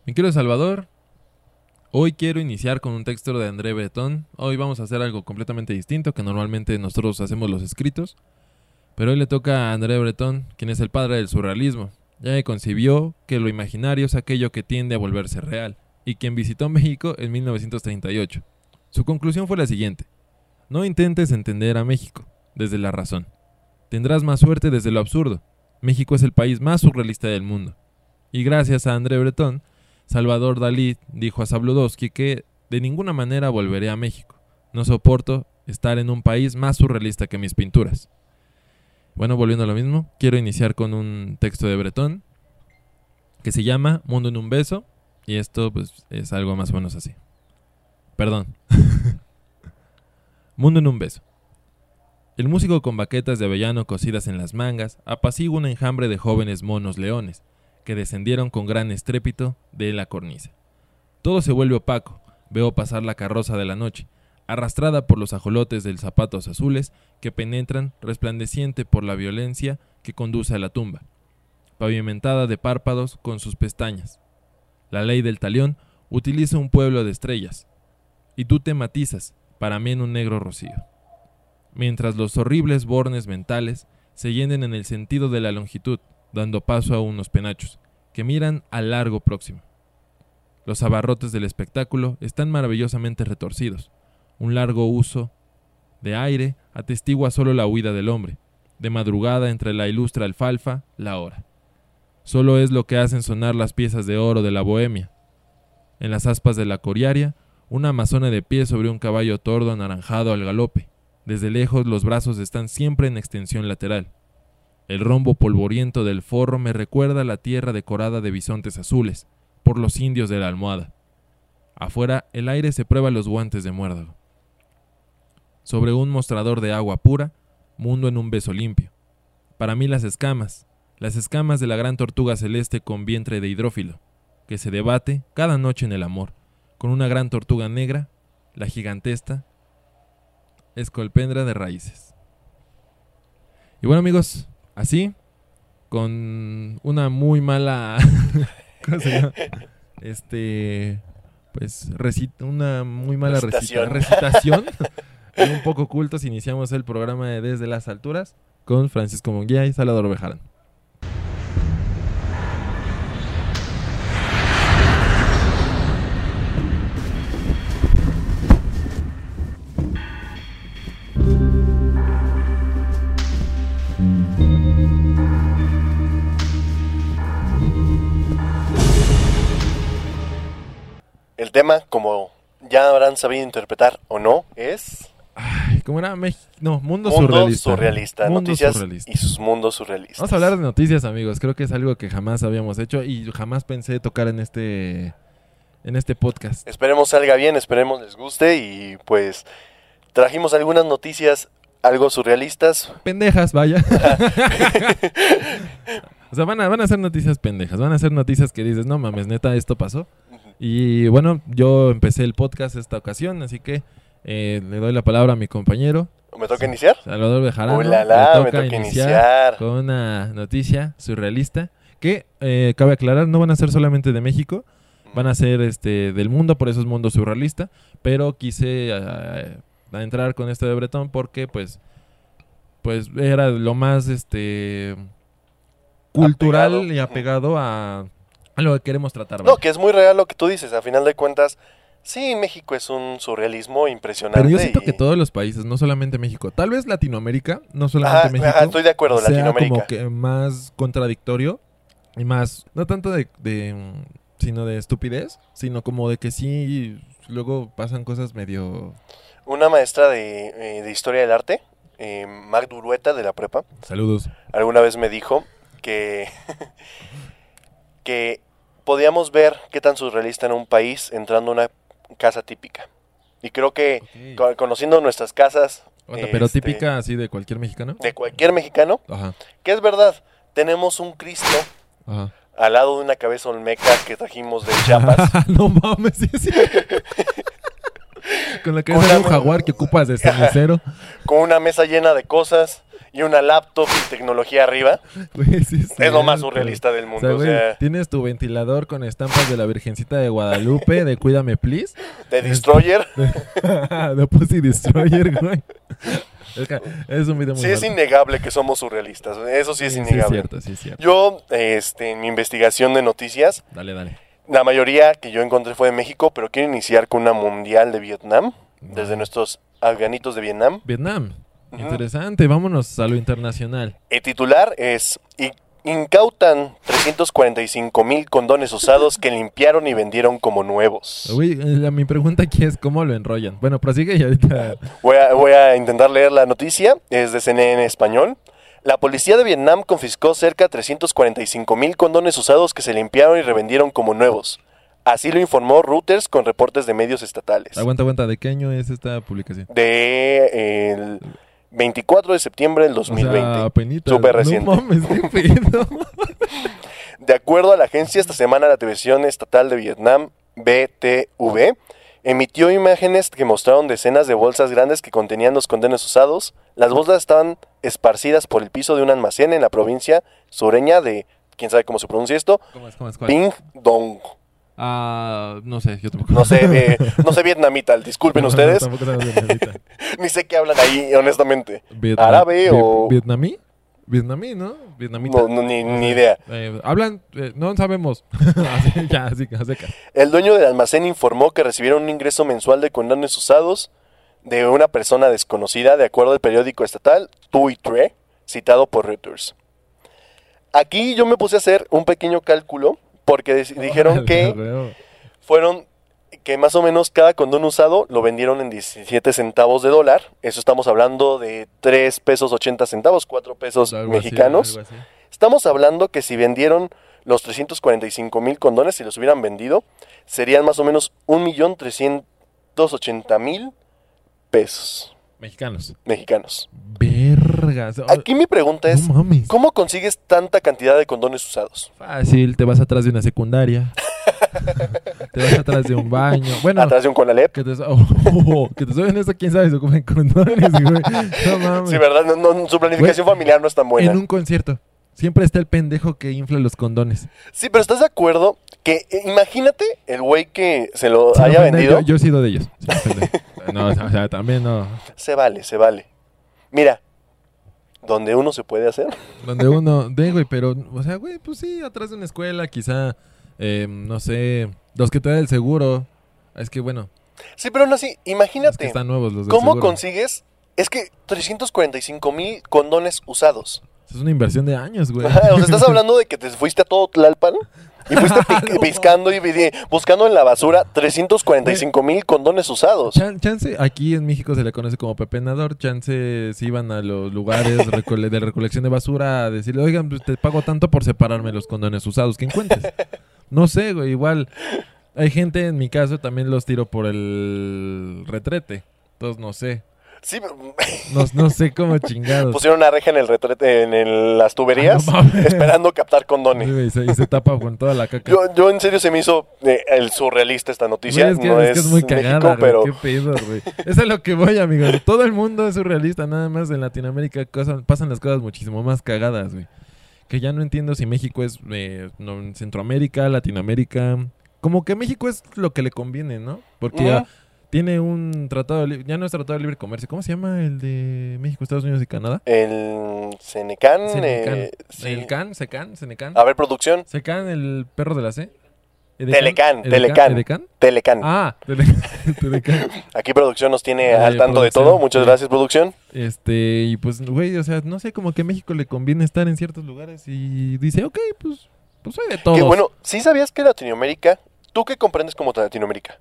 Mi querido Salvador, hoy quiero iniciar con un texto de André Breton. Hoy vamos a hacer algo completamente distinto, que normalmente nosotros hacemos los escritos. Pero hoy le toca a André Breton, quien es el padre del surrealismo, ya que concibió que lo imaginario es aquello que tiende a volverse real, y quien visitó México en 1938. Su conclusión fue la siguiente: no intentes entender a México desde la razón. Tendrás más suerte desde lo absurdo. México es el país más surrealista del mundo. Y gracias a André Breton, Salvador Dalí dijo a Zabludovsky que de ninguna manera volveré a México. No soporto estar en un país más surrealista que mis pinturas. Bueno, volviendo a lo mismo, quiero iniciar con un texto de Breton que se llama Mundo en un beso, y esto pues es algo más o menos así. Perdón. Mundo en un beso. El músico con baquetas de avellano cosidas en las mangas apacigua un enjambre de jóvenes monos leones que descendieron con gran estrépito de la cornisa. Todo se vuelve opaco. Veo pasar la carroza de la noche, arrastrada por los ajolotes de zapatos azules que penetran, resplandeciente por la violencia que conduce a la tumba, pavimentada de párpados con sus pestañas. La ley del talión utiliza un pueblo de estrellas, y tú te matizas, para mí en un negro rocío. Mientras los horribles bornes mentales se llenen en el sentido de la longitud, dando paso a unos penachos que miran al largo próximo. Los abarrotes del espectáculo están maravillosamente retorcidos. Un largo uso de aire atestigua solo la huida del hombre. De madrugada entre la ilustre alfalfa, la hora. Solo es lo que hacen sonar las piezas de oro de la bohemia. En las aspas de la coriaria, una amazona de pie sobre un caballo tordo anaranjado al galope. Desde lejos los brazos están siempre en extensión lateral. El rombo polvoriento del forro me recuerda la tierra decorada de bisontes azules, por los indios de la almohada. Afuera el aire se prueba los guantes de muérdago. Sobre un mostrador de agua pura, mundo en un beso limpio. Para mí las escamas de la gran tortuga celeste con vientre de hidrófilo, que se debate cada noche en el amor, con una gran tortuga negra, la gigantesca escolpendra de raíces. Y bueno, amigos, así, con una muy mala ¿cómo se llama? Pues una muy mala recitación y un poco cultos, iniciamos el programa de Desde las Alturas con Francisco Munguía y Salvador Bejarán. El tema, como ya habrán sabido interpretar o no, es... ¿Cómo era? Mundo surrealista. Noticias surrealista. Y sus mundos surrealistas. Vamos a hablar de noticias, amigos. Creo que es algo que jamás habíamos hecho y jamás pensé tocar en este podcast. Esperemos salga bien, esperemos les guste y pues trajimos algunas noticias algo surrealistas. Pendejas, vaya. O sea, van a ser noticias pendejas, van a ser noticias que dices, no mames, neta, esto pasó. Y bueno, yo empecé el podcast esta ocasión, así que le doy la palabra a mi compañero. ¿Me toca iniciar? Salvador Bejarano. Me toca iniciar con una noticia surrealista que, cabe aclarar, no van a ser solamente de México, van a ser del mundo, por eso es mundo surrealista, pero quise entrar con esto de Breton porque pues era lo más cultural y apegado a lo que queremos tratar. No, que es muy real lo que tú dices, a final de cuentas. Sí, México es un surrealismo impresionante. Pero yo siento que todos los países, no solamente México, tal vez Latinoamérica, no solamente México. Estoy de acuerdo, sea Latinoamérica. Como que más contradictorio y más, no tanto sino de estupidez, sino como de que sí, luego pasan cosas medio... Una maestra de Historia del Arte, Mag Durueta de la prepa. Saludos. Alguna vez me dijo que podíamos ver qué tan surrealista era un país entrando a una casa típica. Y creo que conociendo nuestras casas... Pero típica así de cualquier mexicano. De cualquier mexicano. Ajá. Que es verdad, tenemos un Cristo al lado de una cabeza olmeca que trajimos de Chiapas. No mames, sí. Con la cabeza de un jaguar que ocupas de cenicero. Con una mesa llena de cosas y una laptop y tecnología arriba, Güey, sí es lo más surrealista del mundo. O sea, tienes tu ventilador con estampas de la Virgencita de Guadalupe, de Cuídame Please. de Destroyer. De Pussy Destroyer, güey. Es un video muy Sí, es fuerte. innegable que somos surrealistas. Eso sí es Sí, innegable. sí es cierto. Yo, en mi investigación de noticias, Dale. la mayoría que yo encontré fue de México, pero quiero iniciar con una mundial de Vietnam, desde nuestros afganitos de Vietnam. Vietnam. Ujú. Interesante, vámonos a lo internacional. El titular es: incautan 345,000 condones usados que limpiaron y vendieron como nuevos. Güey, mi pregunta aquí es cómo lo enrollan. Bueno, prosigue y ahorita... Voy a intentar leer la noticia, es de CNN en español. La policía de Vietnam confiscó cerca de 345,000 condones usados que se limpiaron y revendieron como nuevos. Así lo informó Reuters con reportes de medios estatales. Aguanta, ¿de qué año es esta publicación? De el 24 de septiembre del 2020. O sea, apenitas. Súper reciente. No mames, qué pedo. De acuerdo a la agencia, esta semana la televisión estatal de Vietnam, BTV, emitió imágenes que mostraron decenas de bolsas grandes que contenían los condones usados. Las bolsas estaban esparcidas por el piso de un almacén en la provincia sureña de, quién sabe cómo se pronuncia esto, ¿Cómo es? Pinh Dong. No sé, yo tampoco. No sé vietnamita, disculpen ustedes. Tampoco sé vietnamita. Ni sé qué hablan ahí, honestamente. ¿Árabe o...? ¿Vietnamí? ¿Vietnamí, no? ¿Vietnamita? No, ni idea. Hablan, no sabemos. así, a secas. El dueño del almacén informó que recibieron un ingreso mensual de condones usados de una persona desconocida, de acuerdo al periódico estatal Tui Tre, citado por Reuters. Aquí yo me puse a hacer un pequeño cálculo, porque dijeron que fueron que más o menos cada condón usado lo vendieron en 17 centavos de dólar. Eso estamos hablando de 3 pesos 80 centavos, 4 pesos Algo mexicanos. así. Estamos hablando que si vendieron los 345,000 condones, si los hubieran vendido, serían más o menos 1,380,000 pesos Mexicanos. mexicanos. Vergas. Aquí mi pregunta es, No mames. ¿cómo consigues tanta cantidad de condones usados? Fácil, te vas atrás de una secundaria. Te vas atrás de un baño. Bueno, ¿Atrás de un Conalep? que te soy honesto, quién sabe, se ocupen condones, güey. No mames. Sí, ¿verdad? Su planificación familiar no es tan buena. En un concierto. Siempre está el pendejo que infla los condones. Sí, pero ¿estás de acuerdo? Que imagínate el güey que se lo Se haya ofende, vendido. Yo he sido de ellos. Se ofende. No, o sea, también no. Se vale. Mira, donde uno se puede hacer. Donde uno, güey, pero, o sea, güey, pues sí, atrás de una escuela, quizá, no sé, los que te da el seguro. Es que, bueno, Sí, pero aún así, es que imagínate. están nuevos los del ¿Cómo seguro. consigues? Es que 345,000 condones usados. Es una inversión de años, güey. Ajá, o sea, estás hablando de que te fuiste a todo Tlalpan y fuiste piscando y buscando en la basura 345,000 condones usados. Chance, aquí en México se le conoce como pepenador. Chance se iban a los lugares de recolección de basura a decirle, oigan, pues, te pago tanto por separarme los condones usados que encuentres. No sé, güey, igual hay gente, en mi caso, también los tiro por el retrete. Entonces, no sé. Sí, No sé cómo chingados. pusieron una reja en el retrete, las tuberías, Ah, no mames. esperando captar condones. Güey, y se tapa con toda la caca. Yo en serio se me hizo el surrealista esta noticia. Güey, No es que es muy México, cagada, güey. pero Qué pedo, güey. Eso es lo que voy, amigo. Todo el mundo es surrealista. Nada más en Latinoamérica pasan las cosas muchísimo más cagadas, güey. Que ya no entiendo si México es en Centroamérica, Latinoamérica. Como que México es lo que le conviene, ¿no? Porque ya tiene un tratado ya no es tratado de libre comercio. ¿Cómo se llama el de México, Estados Unidos y Canadá? el Cenecan. Cenecan. Sí. El CAN, Cenecan. A ver, producción. Cecan, el perro de la C. Telecan. ¿Edecan? Telecan. Ah, Telecan. Aquí producción nos tiene Ay, al tanto de producción, todo. Muchas sí. gracias, producción. Y pues, güey, o sea, no sé, como que a México le conviene estar en ciertos lugares y dice, ok, pues soy de todos. Que bueno, ¿sí sabías que Latinoamérica, tú qué comprendes como Latinoamérica?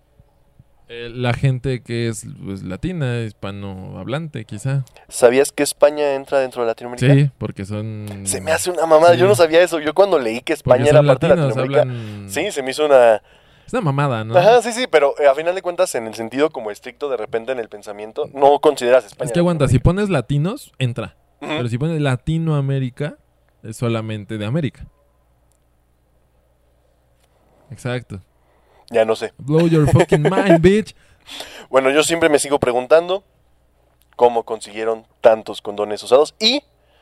La gente que es pues, latina, hispanohablante, quizá. ¿Sabías que España entra dentro de Latinoamérica? Sí, porque son... Se me hace una mamada, Sí. yo no sabía eso. Yo cuando leí que porque España era son parte de latinos, Latinoamérica, hablan... sí, se me hizo una... Es una mamada, ¿no? Ajá, sí, pero a final de cuentas, en el sentido como estricto, de repente en el pensamiento, no consideras España. Es que aguanta, si pones latinos, entra. Ujú. Pero si pones Latinoamérica, es solamente de América. Exacto. Ya no sé. Blow your fucking mind, bitch. Bueno, yo siempre me sigo preguntando cómo consiguieron tantos condones usados y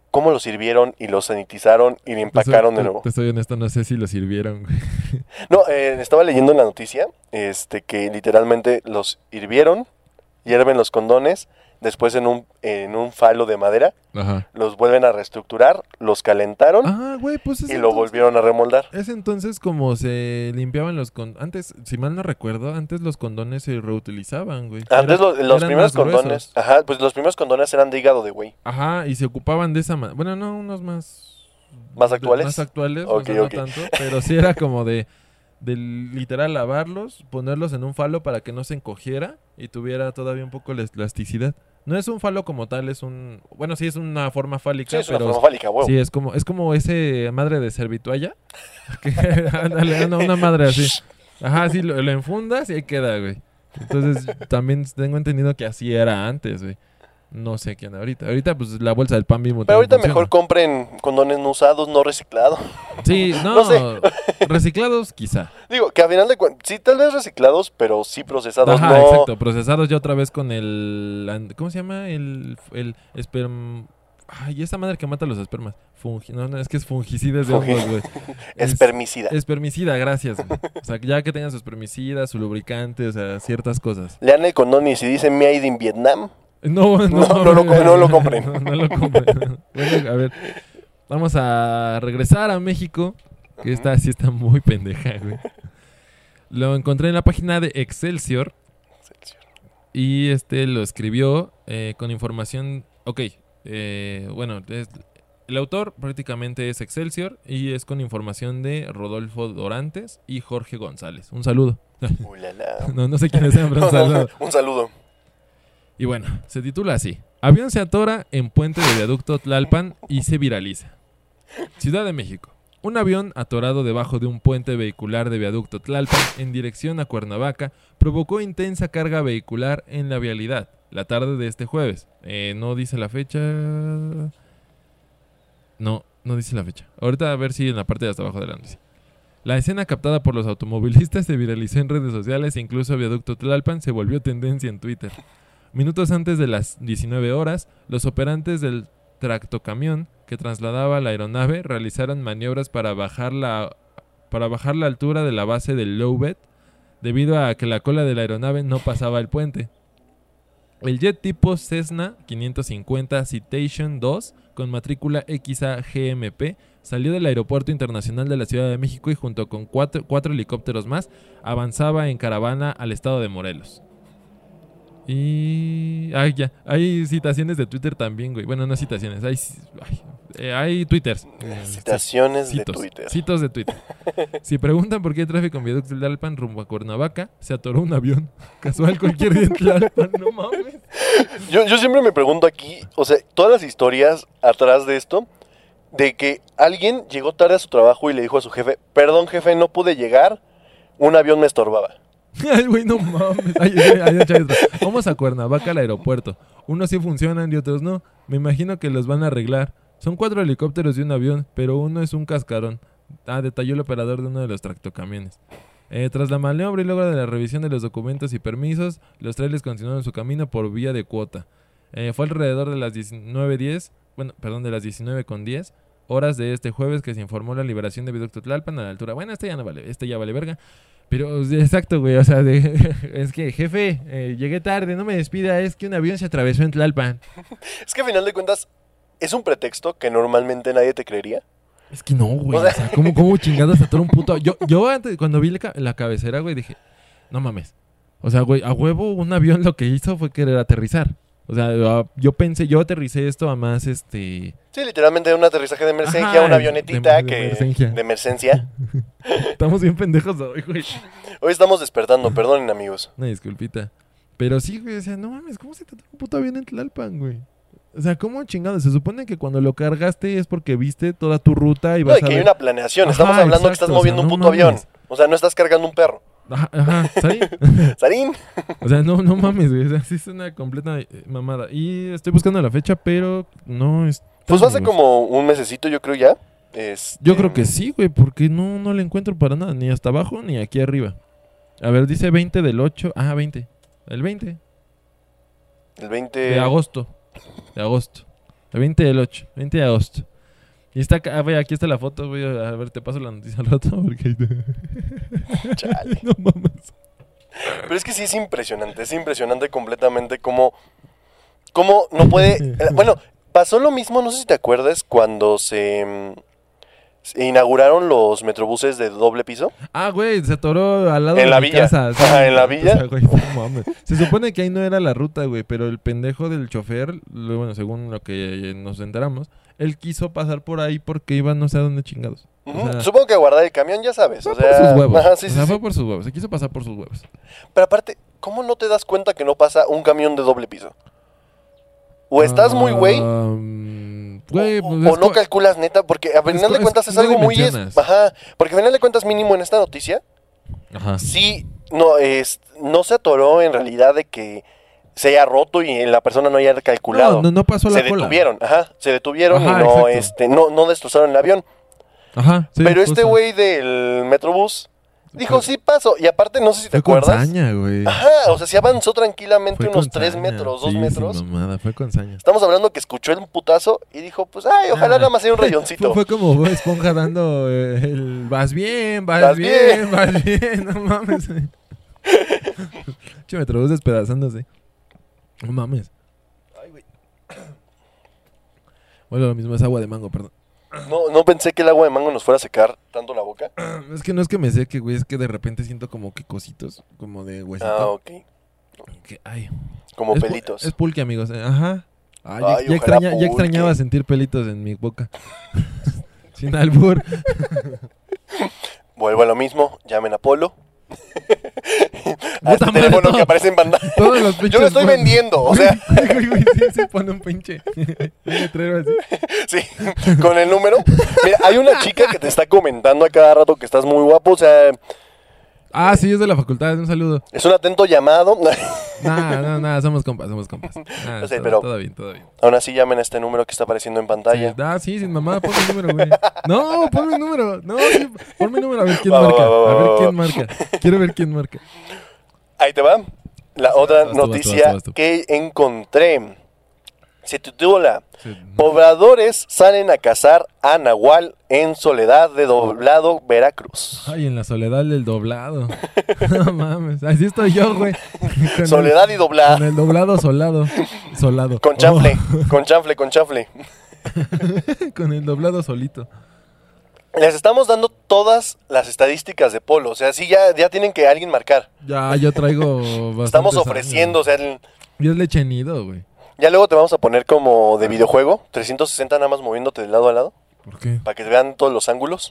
cómo lo sirvieron y lo sanitizaron y lo empacaron de nuevo. Te soy honesto, no sé si lo sirvieron, güey. No, estaba leyendo en la noticia que literalmente los hirvieron, hierven los condones, después en un falo de madera, Ajá. los vuelven a reestructurar, los calentaron Güey, pues y lo volvieron a remoldar. Es entonces como se limpiaban los condones. Antes, si mal no recuerdo, antes los condones se reutilizaban, güey. Antes los eran primeros más condones, gruesos. pues los primeros condones eran de hígado de güey. Ajá, y se ocupaban de esa manera. Bueno, no, unos más... ¿Más actuales? Más actuales, Ok, o sea, no ok. tanto. Pero sí era como de literal lavarlos, ponerlos en un falo para que no se encogiera y tuviera todavía un poco la elasticidad. No es un falo como tal, es un... Bueno, sí es una forma fálica, Sí, es una pero... forma fálica, huevo. Sí, es como ese madre de servitualla. Ándale, una madre así. Ajá, sí, lo enfundas y ahí queda, güey. Entonces, también tengo entendido que así era antes, güey. No sé quién ahorita. Ahorita, pues, la bolsa del pan Bimbo Pero ahorita también mejor compren condones no usados, no reciclados. Sí, No no, sé. reciclados quizá. Digo, que a final de cuentas, sí, tal vez reciclados, pero sí procesados, Ajá, no. exacto. Procesados ya otra vez con ¿cómo se llama? El Ay, esa madre que mata los espermas. No, es que es fungicidas de hongos, güey. Espermicida. Espermicida, gracias, güey. O sea, ya que tengan su espermicida, su lubricante, o sea, ciertas cosas. Lean el condón y si dice Made in Vietnam, No lo compren. No lo compren. Bueno, a ver, vamos a regresar a México, que esta sí está muy pendeja, güey. Lo encontré en la página de Excelsior y lo escribió con información... Ok, bueno, el autor prácticamente es Excelsior y es con información de Rodolfo Dorantes y Jorge González. Un saludo. Ulala. No sé quiénes sean, pero un saludo. Un saludo. Y bueno, se titula así. Avión se atora en puente de viaducto Tlalpan y se viraliza. Ciudad de México. Un avión atorado debajo de un puente vehicular de viaducto Tlalpan en dirección a Cuernavaca provocó intensa carga vehicular en la vialidad la tarde de este jueves. No dice la fecha. No dice la fecha. Ahorita a ver si en la parte de hasta abajo de la noticia. La escena captada por los automovilistas se viralizó en redes sociales e incluso viaducto Tlalpan se volvió tendencia en Twitter. Minutos antes de las 19 horas, los operantes del tractocamión que trasladaba la aeronave realizaron maniobras para bajar la altura de la base del Lowbed debido a que la cola de la aeronave no pasaba el puente. El jet tipo Cessna 550 Citation 2 con matrícula XAGMP salió del Aeropuerto Internacional de la Ciudad de México y junto con cuatro helicópteros más avanzaba en caravana al estado de Morelos. Y... ya. Hay citaciones de Twitter también, güey. Bueno, no citaciones. Hay twitters. Citaciones de Twitter. Citos de Twitter. Si preguntan por qué hay tráfico en viaducto de Tlalpan rumbo a Cuernavaca, se atoró un avión. Casual cualquier día en Tlalpan. No mames. Yo siempre me pregunto aquí, o sea, todas las historias atrás de esto, de que alguien llegó tarde a su trabajo y le dijo a su jefe, perdón jefe, no pude llegar, un avión me estorbaba. Ay, güey, no mames. Vamos a Cuernavaca al aeropuerto. Unos sí funcionan y otros no. Me imagino que los van a arreglar. Son 4 helicópteros y un avión, pero uno es un cascarón. Detalló el operador de uno de los tractocamiones. Tras la maniobra y luego de la revisión de los documentos y permisos, los trailers continuaron su camino por vía de cuota. Fue alrededor de las 19:10, de las 19:10 horas de este jueves que se informó la liberación de viaducto Tlalpan a la altura. Bueno, ya no vale, ya vale verga. Pero, exacto, güey, o sea, es que, jefe, llegué tarde, no me despida, es que un avión se atravesó en Tlalpan. Es que a final de cuentas, es un pretexto que normalmente nadie te creería. Es que no, güey, o sea, ¿cómo chingados atoró un puto? Yo antes, cuando vi la cabecera, güey, dije, no mames. O sea, güey, a huevo un avión lo que hizo fue querer aterrizar. O sea, yo aterricé esto a más, Sí, literalmente un aterrizaje de emergencia, Ajá, una avionetita de emergencia. Estamos bien pendejos hoy, güey. Hoy estamos despertando, perdonen amigos. Una disculpita. Pero sí, güey, o sea, no mames, ¿cómo se te atoró un puto avión en Tlalpan, güey? O sea, ¿cómo chingados? Se supone que cuando lo cargaste es porque viste toda tu ruta y vas No, y que hay una planeación. Ajá, Estamos hablando exacto, que estás moviendo un no puto avión. mames. O sea, no estás cargando un perro. Ajá, ¿sabes? ¿Sarín? O sea, no mames, güey. O sea, sí es una completa mamada. Y estoy buscando la fecha, pero no es. Pues hace como un mesecito, yo creo ya. Yo creo que sí, güey, porque no le encuentro para nada. Ni hasta abajo ni aquí arriba. A ver, dice 20 del 8. 20. El 20. El 20 de agosto. De agosto. El 20 del 8, 20 de agosto. Y está acá, güey, aquí está la foto, güey. A ver, te paso la noticia al rato. Porque... Chale. No mames. Pero es que sí es impresionante completamente cómo no puede... Bueno, pasó lo mismo, no sé si te acuerdas, cuando se inauguraron los metrobuses de doble piso. Ah, güey, se atoró al lado En de la mi villa. casa. Ajá, en la villa. O sea, güey, no mames. Se supone que ahí no era la ruta, güey, pero el pendejo del chofer, bueno, según lo que nos enteramos, él quiso pasar por ahí porque iba no sé a dónde chingados. Ujú. O sea, Supongo que a guardar el camión, ya sabes. fue O por sea, sus huevos. Ajá, sí, o sí, sea, sí. fue por sus huevos. Se quiso pasar por sus huevos. Pero aparte, ¿cómo no te das cuenta que no pasa un camión de doble piso? O estás muy güey, güey, o pues no calculas neta, porque a final de cuentas es no algo muy... dimensionas. Ajá, porque a final de cuentas mínimo en esta noticia, Ajá. sí, no se atoró en realidad de que se haya roto y la persona no haya calculado. No pasó la Se cola. se detuvieron Ajá, y no, exacto. no destrozaron el avión. Ajá, sí. Pero este justo. güey del Metrobús dijo, Fue- sí paso. Y aparte, no sé si te Fue con acuerdas. saña, güey. Ajá, o sea, sí avanzó tranquilamente Fue unos con 3 saña. metros, 2 Sí, metros. sin mamada, fue con saña. Estamos hablando que escuchó el putazo y dijo, pues, ay, ojalá Ah. nada más sea un rayoncito. Fue como Bob Esponja dando el vas bien, Vas vas bien". bien, vas bien, no mames. Che, Metrobús despedazándose. No mames. Ay, güey. Bueno, lo mismo es agua de mango, perdón. No pensé que el agua de mango nos fuera a secar tanto la boca. Es que no es que me seque, güey, es que de repente siento como que cositos, como de huesito. Ah, ok. Que, ay. Como Es pelitos. Es pulque, amigos. Ajá. Ay, Ay, ya, ojalá ya pulque. extrañaba sentir pelitos en mi boca. Sin albur. Vuelvo a lo mismo, llamen a Polo. A Puta este madre, teléfono todo. que aparece en pantalla. Todos los Yo pinches lo estoy güey. vendiendo, o sea, Güey, sí, pone un pinche un letrero así. sí, con el número. Mira, hay una chica que te está comentando a cada rato que estás muy guapo, o sea, Ah, sí, es de la facultad, un saludo. es un atento llamado. Nah, somos compas. Ah, No sé, todo, pero- todo bien, todo bien. Aún así llamen a este número que está apareciendo en pantalla. Sí, sin mamá, pon mi número, güey. No, pon mi número. No, sí, pon mi número, a ver quién Va, marca. va, A ver va. quién marca. Quiero ver quién marca. Ahí te va. La otra Vas tú, noticia vas tú. que encontré. Se titula Sí. Pobladores salen a cazar a Nahual en Soledad de Doblado, Veracruz. Ay, en la soledad del doblado. No mames, así estoy yo, güey. Con Soledad y Con Doblado. el doblado solado. Con chanfle, con chanfle. Oh, con el doblado solito. Les estamos dando todas las estadísticas de Polo. O sea, sí, ya tienen que alguien marcar. Ya, yo traigo bastante. Estamos ofreciendo, o sea, Yo es leche nido, güey. ya luego te vamos a poner como de videojuego, 360 nada más moviéndote de lado a lado, ¿Por qué? para que vean todos los ángulos.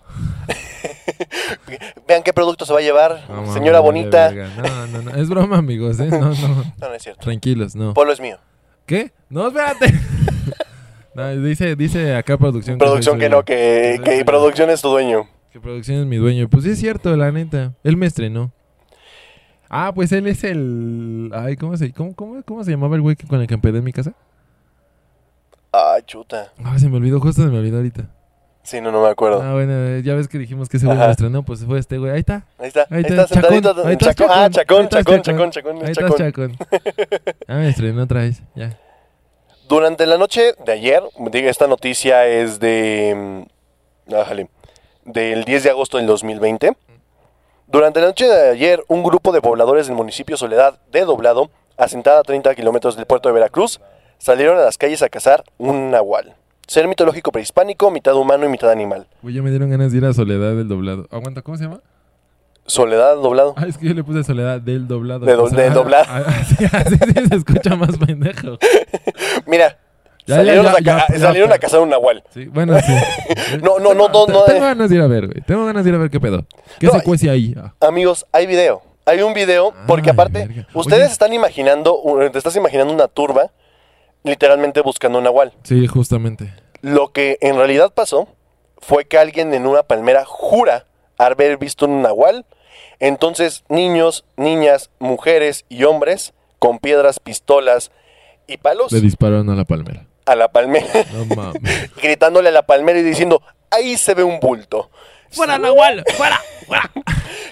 Vean qué producto se va a llevar, No, mames, señora vale bonita. verga. No. Es broma, amigos, ¿eh? No. No, no es cierto. Tranquilos, no. Polo es mío. ¿Qué? No, espérate. No, dice acá producción. Producción soy que suyo. no, que soy suyo. producción es tu dueño. Que producción es mi dueño. Pues sí es cierto, la neta. Él me estrenó. Ah, pues él es el... Ay, ¿cómo se llamaba el güey con el que empedé en mi casa? Ah, chuta. Ah, se me olvidó, justo se me olvidó ahorita. Sí, no me acuerdo. Ah, bueno, ya ves que dijimos que ese güey Ajá. me estrenó, pues fue este güey. Ahí está. Ahí está, Ahí sentadito. Ahí estás, Chacón. Ah, Chacón. Ahí Chacón. estás, Chacón. Ah, me estrenó otra vez, ya. Durante la noche de ayer, diga, esta noticia es del 10 de agosto del 2020. Durante la noche de ayer, un grupo de pobladores del municipio Soledad de Doblado, asentada a 30 kilómetros del puerto de Veracruz, salieron a las calles a cazar un nahual. Ser mitológico prehispánico, mitad humano y mitad animal. Güey, ya me dieron ganas de ir a Soledad del Doblado. Aguanta, ¿cómo se llama? Soledad Doblado. Ah, es que yo le puse Soledad del Doblado. Del Doblado. Sí, se escucha más pendejo. Mira, Ya, salieron a cazar un nahual. Sí, bueno, sí. No. Tengo ganas de ir a ver, güey. Tengo ganas de ir a ver qué pedo. ¿Qué No, se cuece ahí? Ah. Amigos, hay video. Hay un video, porque Ay, aparte, verga. ustedes Oye. están imaginando, te estás imaginando una turba, literalmente buscando un nahual. Sí, justamente. Lo que en realidad pasó fue que alguien en una palmera jura haber visto un nahual. Entonces, niños, niñas, mujeres y hombres, con piedras, pistolas y palos, Le dispararon a la palmera. a la palmera, No mames. gritándole a la palmera y diciendo, ahí se ve un bulto. ¡Fuera, Nahual! ¡Fuera!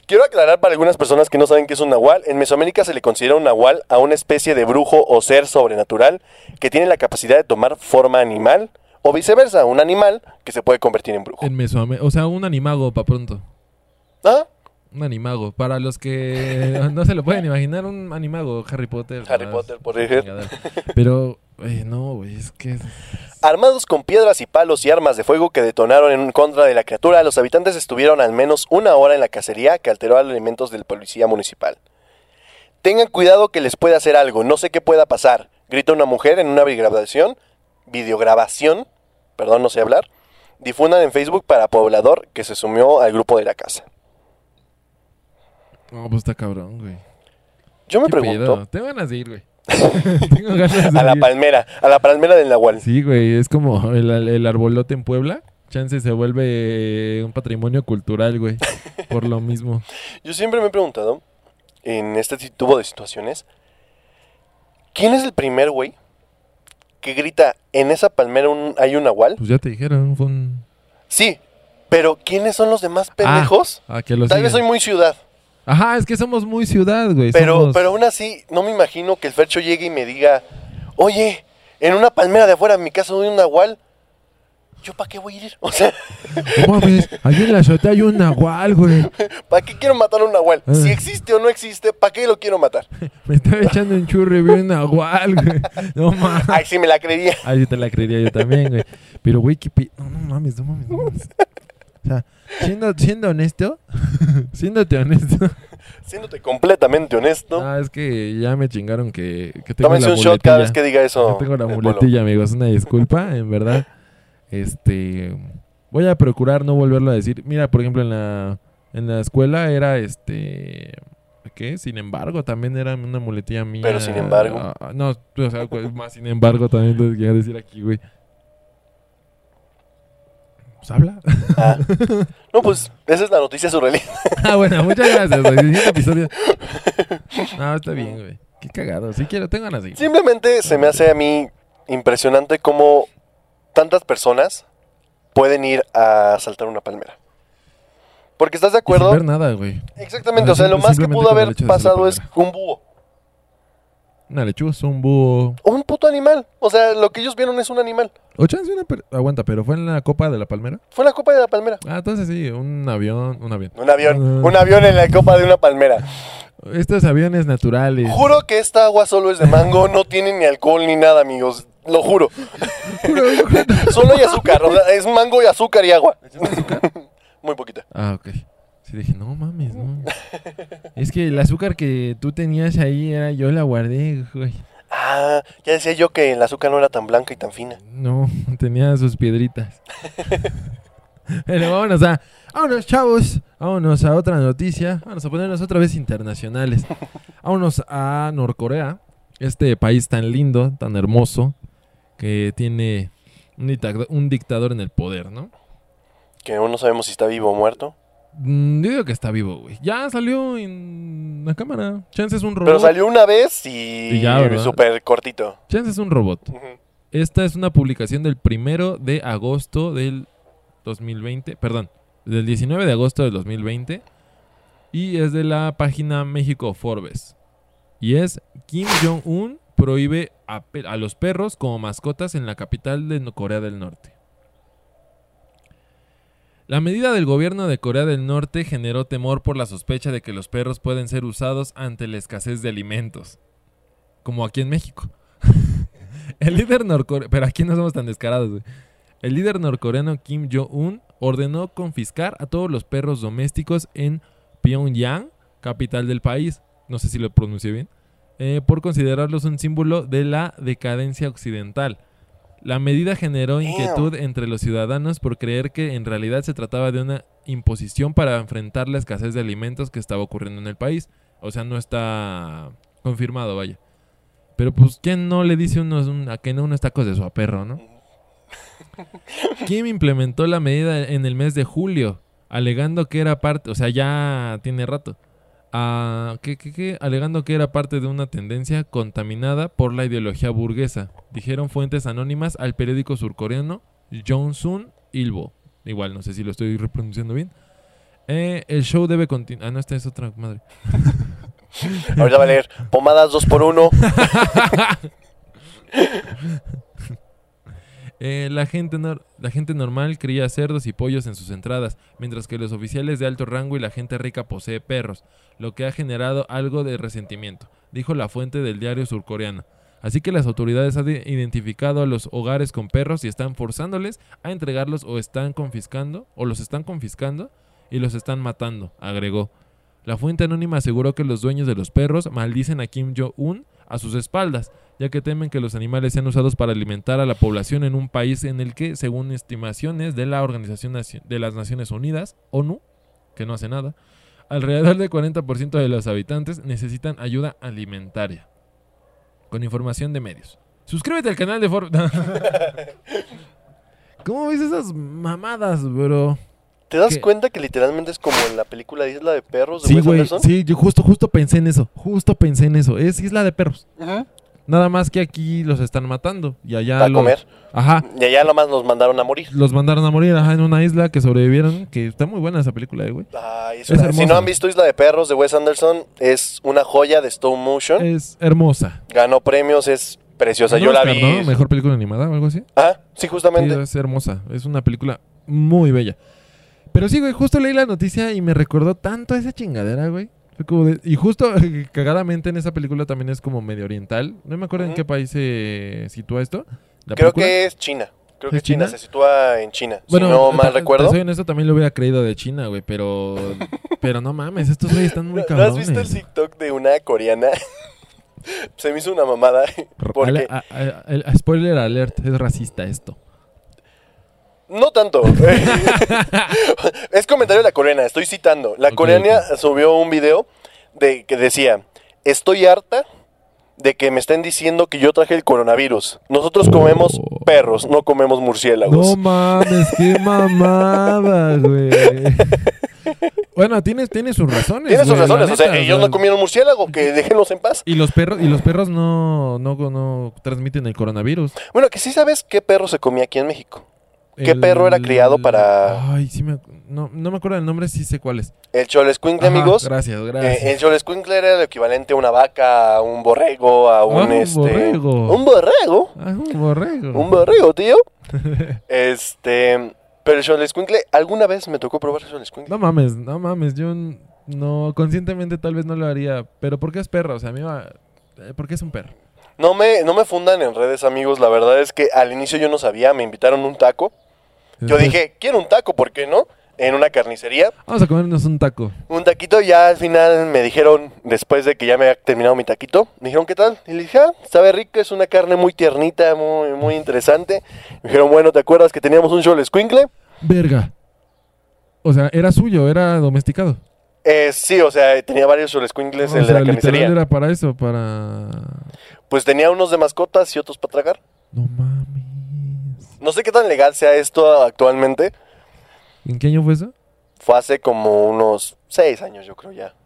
Quiero aclarar para algunas personas que no saben qué es un nahual. En Mesoamérica se le considera un nahual a una especie de brujo o ser sobrenatural que tiene la capacidad de tomar forma animal o viceversa, un animal que se puede convertir en brujo. En Mesoamérica, o sea, un animago para pronto. ¿Ah? Un animago. Para los que no se lo pueden imaginar, un animago, Harry Potter. Harry Potter, por decir. Pero, no, güey, es que... Armados con piedras y palos y armas de fuego que detonaron en contra de la criatura, los habitantes estuvieron al menos una hora en la cacería que alteró a los elementos del policía municipal. Tengan cuidado que les puede hacer algo, no sé qué pueda pasar, grita una mujer en una videograbación, no sé hablar, difundan en Facebook para poblador que se sumió al grupo de la casa. No, pues está cabrón, güey. Yo me pregunto... Tengo ganas de ir, güey. Tengo ganas de ir. A la palmera del nahual. Sí, güey, es como el arbolote en Puebla. Chance se vuelve un patrimonio cultural, güey. Por lo mismo. Yo siempre me he preguntado, en este tipo de situaciones, ¿quién es el primer güey que grita, en esa palmera hay un nahual? Pues ya te dijeron, fue un... Sí, pero ¿quiénes son los demás pendejos? Que lo Tal vez sigan. soy muy ciudad. Ajá, es que somos muy ciudad, güey. Pero aún así, no me imagino que el Fercho llegue y me diga, oye, en una palmera de afuera de mi casa hay un nahual. ¿Yo para qué voy a ir? O sea... No mames, allí en la azotea hay un nahual, güey. ¿Para qué quiero matar a un nahual? Si existe o no existe, ¿para qué lo quiero matar? Me estaba echando un churro y vi un nahual, güey. No mames. Ay, sí me la creería. Ay, sí te la creería yo también, güey. Pero, güey, no mames. O sea, siendo honesto, siéndote honesto. Siéndote completamente honesto. Es que ya me chingaron que tengo Tómense la un muletilla. shot cada vez que diga eso. Yo tengo la muletilla, amigos. Una disculpa, en verdad. Voy a procurar no volverlo a decir. Mira, por ejemplo, en la escuela era ¿qué? Sin embargo, también era una muletilla mía. Pero sin embargo. No, o sea, más sin embargo también te quería decir aquí, güey. Pues habla. No, pues esa es la noticia surrealista. Bueno, muchas gracias, güey. Siguiente episodio. No, está bien, güey. Qué cagado. Sí quiero, tengo ganas de ir. Simplemente se me hace a mí impresionante cómo tantas personas pueden ir a saltar una palmera. Porque estás de acuerdo. Sin ver nada, güey. Exactamente, o sea, lo más que pudo haber pasado es un búho. Una lechuza, un búho. O un puto animal. O sea, lo que ellos vieron es un animal. O chance aguanta, pero fue en la Copa de la Palmera. Fue en la copa de la palmera. Entonces sí, un avión. Un avión en la copa de una palmera. Estos aviones naturales. Juro que esta agua solo es de mango, no tiene ni alcohol ni nada, amigos. Lo juro. Solo hay azúcar, o sea, es mango y azúcar y agua. Muy poquita. Ok. Sí, dije, no mames, no. Es que el azúcar que tú tenías ahí yo la guardé, güey. Ya decía yo que el azúcar no era tan blanca y tan fina. No, tenía sus piedritas. Pero vámonos, chavos. Vámonos a otra noticia. Vamos a ponernos otra vez internacionales. Vámonos a Norcorea. Este país tan lindo, tan hermoso, que tiene un dictador en el poder, ¿no? Que aún no sabemos si está vivo o muerto. Yo digo que está vivo, güey. Ya salió en la cámara. Chance es un robot. Pero salió una vez y ya, ¿verdad? Súper cortito. Chance es un robot. Esta es una publicación del 1 de agosto del 2020. Perdón, del 19 de agosto del 2020. Y es de la página México Forbes. Y es: Kim Jong-un prohíbe a los perros como mascotas en la capital de Corea del Norte. La medida del gobierno de Corea del Norte generó temor por la sospecha de que los perros pueden ser usados ante la escasez de alimentos. Como aquí en México. El líder norcoreano... Pero aquí no somos tan descarados, güey. El líder norcoreano Kim Jong-un ordenó confiscar a todos los perros domésticos en Pyongyang, capital del país. No sé si lo pronuncié bien. Por considerarlos un símbolo de la decadencia occidental. La medida generó inquietud entre los ciudadanos por creer que en realidad se trataba de una imposición para enfrentar la escasez de alimentos que estaba ocurriendo en el país. O sea, no está confirmado, vaya. Pero pues, ¿quién no le dice a que no unos tacos de su perro, no? Kim implementó la medida en el mes de julio, alegando que era parte, o sea, ya tiene rato, alegando que era parte de una tendencia contaminada por la ideología burguesa, dijeron fuentes anónimas al periódico surcoreano Yonsun Ilbo. Igual, no sé si lo estoy repronunciando bien. El show debe continuar. Ah, no, esta es otra madre. Ahorita va a leer pomadas 2x1. La gente normal cría cerdos y pollos en sus entradas, mientras que los oficiales de alto rango y la gente rica posee perros, lo que ha generado algo de resentimiento, dijo la fuente del diario surcoreano. Así que las autoridades han identificado a los hogares con perros y están forzándoles a entregarlos o los están confiscando y los están matando, agregó. La fuente anónima aseguró que los dueños de los perros maldicen a Kim Jong-un a sus espaldas, ya que temen que los animales sean usados para alimentar a la población en un país en el que, según estimaciones de la Organización de las Naciones Unidas, ONU, que no hace nada, alrededor del 40% de los habitantes necesitan ayuda alimentaria. Con información de medios. Suscríbete al canal de ¿Cómo ves esas mamadas, bro? ¿Te das ¿Qué? cuenta que literalmente es como en la película Isla de Perros de Sí, Wes güey, Anderson? sí, yo justo pensé en eso. Es Isla de Perros. Ujú. Nada más que aquí los están matando. Y allá A comer. Ajá. Y allá nomás nos mandaron a morir. Los mandaron a morir, en una isla que sobrevivieron. Que está muy buena esa película, güey. Ay, Es hermosa. si no han visto Isla de Perros de Wes Anderson, es una joya de stop motion. Es hermosa. Ganó premios, es preciosa. ¿Ganó Yo la Oscar, vi. ¿no? Mejor película animada o algo así. Ah, sí, Sí, justamente. es hermosa. Es una película muy bella. Pero sí, güey, justo leí la noticia y me recordó tanto a esa chingadera, güey. Fue como y justo, cagadamente, en esa película también es como medio oriental. No me acuerdo en Ujú. qué país se sitúa esto. La Creo película. que es China. Creo que ¿Es es China, China? se sitúa en China. Bueno, si no mal te recuerdo. soy honesto, también lo hubiera creído de China, güey, pero no mames, estos güeyes están muy ¿No has cabrones. visto el TikTok de una coreana? Se me hizo una mamada. Porque Spoiler alert, es racista esto. no tanto. Es comentario de la coreana, estoy citando. La Ok, coreana ok. subió un video que decía: estoy harta de que me estén diciendo que yo traje el coronavirus. Nosotros comemos perros, no comemos murciélagos. No mames, qué mamada, güey. Bueno, tiene sus razones. Tiene sus güey, la razones, o sea, neta, ellos no comieron murciélago, que déjenlos en paz. Y los perros no transmiten el coronavirus. Bueno, que sí sabes qué perro se comía aquí en México. ¿Qué perro era criado para...? Ay, sí no me acuerdo del nombre, sí sé cuál es. El cholescuincle, Ajá, amigos. Gracias. El cholescuincle era el equivalente a una vaca, a un borrego, a un un borrego. Un borrego. Un borrego. Un borrego, tío. Pero el cholescuincle, alguna vez me tocó probar el cholescuincle. No mames, yo no, conscientemente tal vez no lo haría, pero ¿por qué es perro? O sea, ¿por qué es un perro? No me fundan en redes, amigos. La verdad es que al inicio yo no sabía, me invitaron un taco. Yo Después, dije, quiero un taco, ¿por qué no? En una carnicería. vamos a comernos un taco. Un taquito, ya al final me dijeron, después de que ya me había terminado mi taquito, me dijeron, ¿qué tal? Y le dije, sabe rico, es una carne muy tiernita, muy, muy interesante. Me dijeron, bueno, ¿te acuerdas que teníamos un cholescuincle? Verga. O sea, era suyo, era domesticado. Sí, o sea, tenía varios cholescuincles O el de sea, la carnicería. literal era para eso, para... Pues tenía unos de mascotas y otros para tragar. No mames. No sé qué tan legal sea esto actualmente. ¿En qué año fue eso? Fue hace como unos 6 años, yo creo ya.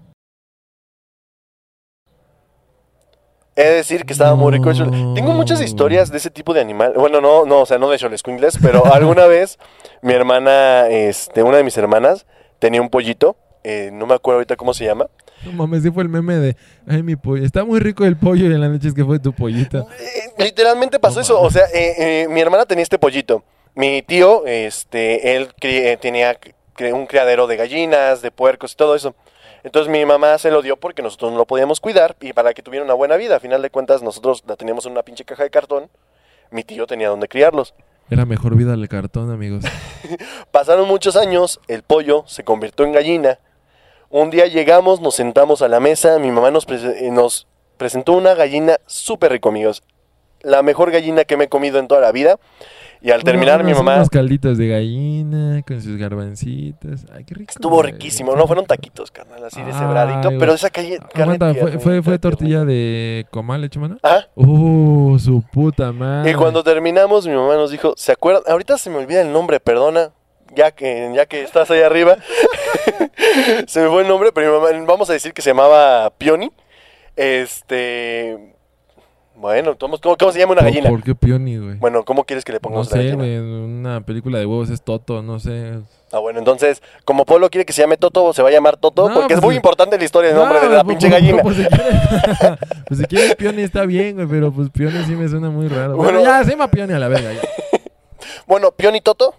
He de decir que estaba muy rico el chole. Tengo muchas historias de ese tipo de animal. Bueno, o sea, no de cholescuingles, pero alguna vez mi hermana, una de mis hermanas, tenía un pollito. No me acuerdo ahorita cómo se llama. No mames, sí fue el meme de... Ay, mi pollo. Está muy rico el pollo y en la noche es que fue tu pollita. Literalmente pasó No eso. O sea, mi hermana tenía este pollito. Mi tío, tenía un criadero de gallinas, de puercos y todo eso. Entonces mi mamá se lo dio porque nosotros no lo podíamos cuidar y para que tuviera una buena vida. A final de cuentas nosotros la teníamos en una pinche caja de cartón. Mi tío tenía donde criarlos. Era mejor vida el cartón, amigos. Pasaron muchos años, el pollo se convirtió en gallina. Un día llegamos, nos sentamos a la mesa, mi mamá nos presentó una gallina súper rico, amigos. La mejor gallina que me he comido en toda la vida. Y al terminar mi mamá... Unos calditos de gallina con sus garbancitos. Ay, qué rico. Estuvo güey. riquísimo, no fueron taquitos, carnal, así de Ay, cebradito, güey. pero esa carne Aguanta, fue tiernita, tortilla de comal hecho mano. Ah, Su puta madre. y cuando terminamos mi mamá nos dijo, ¿se acuerdan? Ahorita se me olvida el nombre, perdona, ya que estás ahí arriba. Se me fue el nombre, pero mi mamá, vamos a decir que se llamaba Pioni. Bueno, ¿cómo se llama una gallina? ¿Por qué Pioni, güey? Bueno, ¿cómo quieres que le No pongamos a la sé, gallina? güey, en una película de huevos es Toto, no sé. Ah, bueno, entonces, como Polo quiere que se llame Toto, se va a llamar Toto, No, porque es pues, muy importante la historia del nombre de la pues, pinche gallina. Pues, pues si quiere Pioni está bien, güey, pero pues Pioni sí me suena muy raro. Bueno. Bueno, ya, se llama Pioni a la verga, ya. Bueno, Pion y Toto.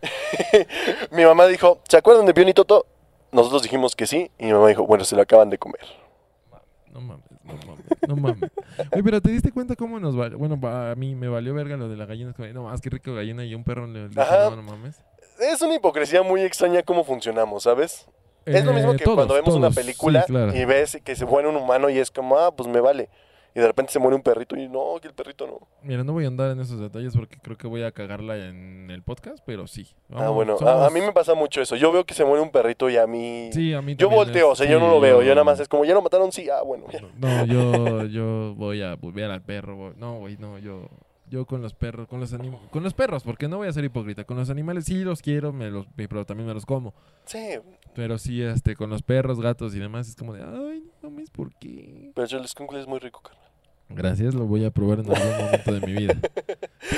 Mi mamá dijo, ¿se acuerdan de Pion y Toto? Nosotros dijimos que sí, y mi mamá dijo, bueno, se lo acaban de comer. No mames, no mames. Oye, pero ¿te diste cuenta cómo nos valió? Bueno, a mí me valió verga lo de la gallina. No más, qué rico gallina y un perro le dijo, Ajá. no mames. Es una hipocresía muy extraña cómo funcionamos, ¿sabes? Es lo mismo que Todos, cuando vemos una todos, película sí, claro. y ves que se muere un humano y es como, pues me vale. Y de repente se muere un perrito y no, que el perrito no. Mira, no voy a andar en esos detalles porque creo que voy a cagarla en el podcast, pero sí. Bueno, a mí me pasa mucho eso. Yo veo que se muere un perrito y a mí... Sí, a mí Yo también volteo, o sea, yo no lo veo. Yo nada más es como, ¿ya lo mataron? Sí, bueno. Ya. No, yo voy a volver al perro. No, güey, no, yo con los perros, con los perros, porque no voy a ser hipócrita. Con los animales sí los quiero, pero también me los como. Sí. Pero sí, con los perros, gatos y demás es como de, ay, no mames, ¿por qué? Pero el escuincle es muy rico, carnal. Gracias, lo voy a probar en algún momento de mi vida. Sí,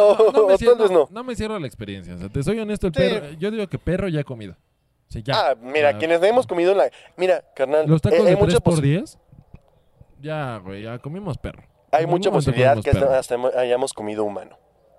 no me cierro a la experiencia. O sea, te soy honesto, el perro, yo digo que perro ya he comido. Sí, ya. Mira, quienes hemos comido en la... Mira, carnal, los tacos hay de mucha 3x10, ya, güey, ya comimos perro. Hay En mucha algún momento posibilidad comimos que perro. hasta hayamos comido humano.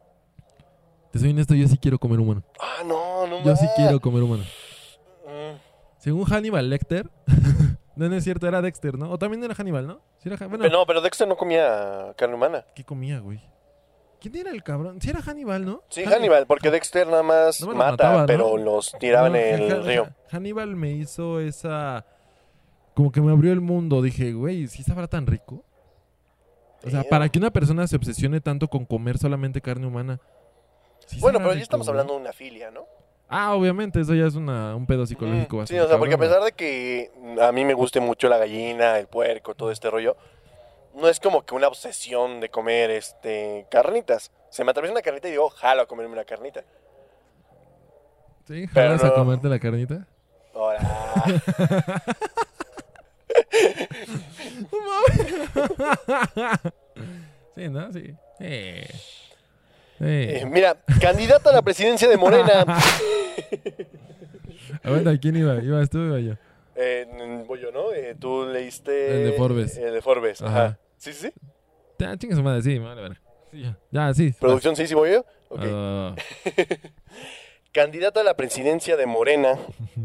Te soy honesto, yo sí quiero comer humano. No Yo sí quiero comer humano. Mm. Según Hannibal Lecter, no es cierto, era Dexter, ¿no? O también era Hannibal, ¿no? Sí era bueno, Pero Dexter no comía carne humana. ¿qué comía, güey? ¿Quién era el cabrón? Sí era Hannibal, ¿no? Sí, Hannibal, porque Dexter nada más No me los mata, mataba, ¿no? pero los tiraba No, en el río. Hannibal me hizo esa... Como que me abrió el mundo. Dije, güey, ¿sí sabrá tan rico? O sea, para que una persona se obsesione tanto con comer solamente carne humana. ¿Sí Bueno, sabrá pero ya rico, estamos güey? hablando de una filia, ¿no? Obviamente, eso ya es un pedo psicológico Sí, bastante o sea, porque a cabrón, pesar de que a mí me guste mucho la gallina, el puerco, todo este rollo, no es como que una obsesión de comer carnitas. Se me atraviesa una carnita y digo, jalo a comerme una carnita. güey. ¿Sí? ¿Jalas Pero a no. comerte la carnita? Ahora. No mames. Sí, ¿no? Sí. Mira, candidata a la presidencia de Morena. Bueno, ¿quién iba? ¿Ibas tú o iba yo? Voy yo, ¿no? Tú leíste... El de Forbes. El de Forbes, ajá. Sí. Chinga su madre, sí, vale. Sí, ya, sí. ¿Producción sí voy yo? Ok. Ah, Candidata a la presidencia de Morena.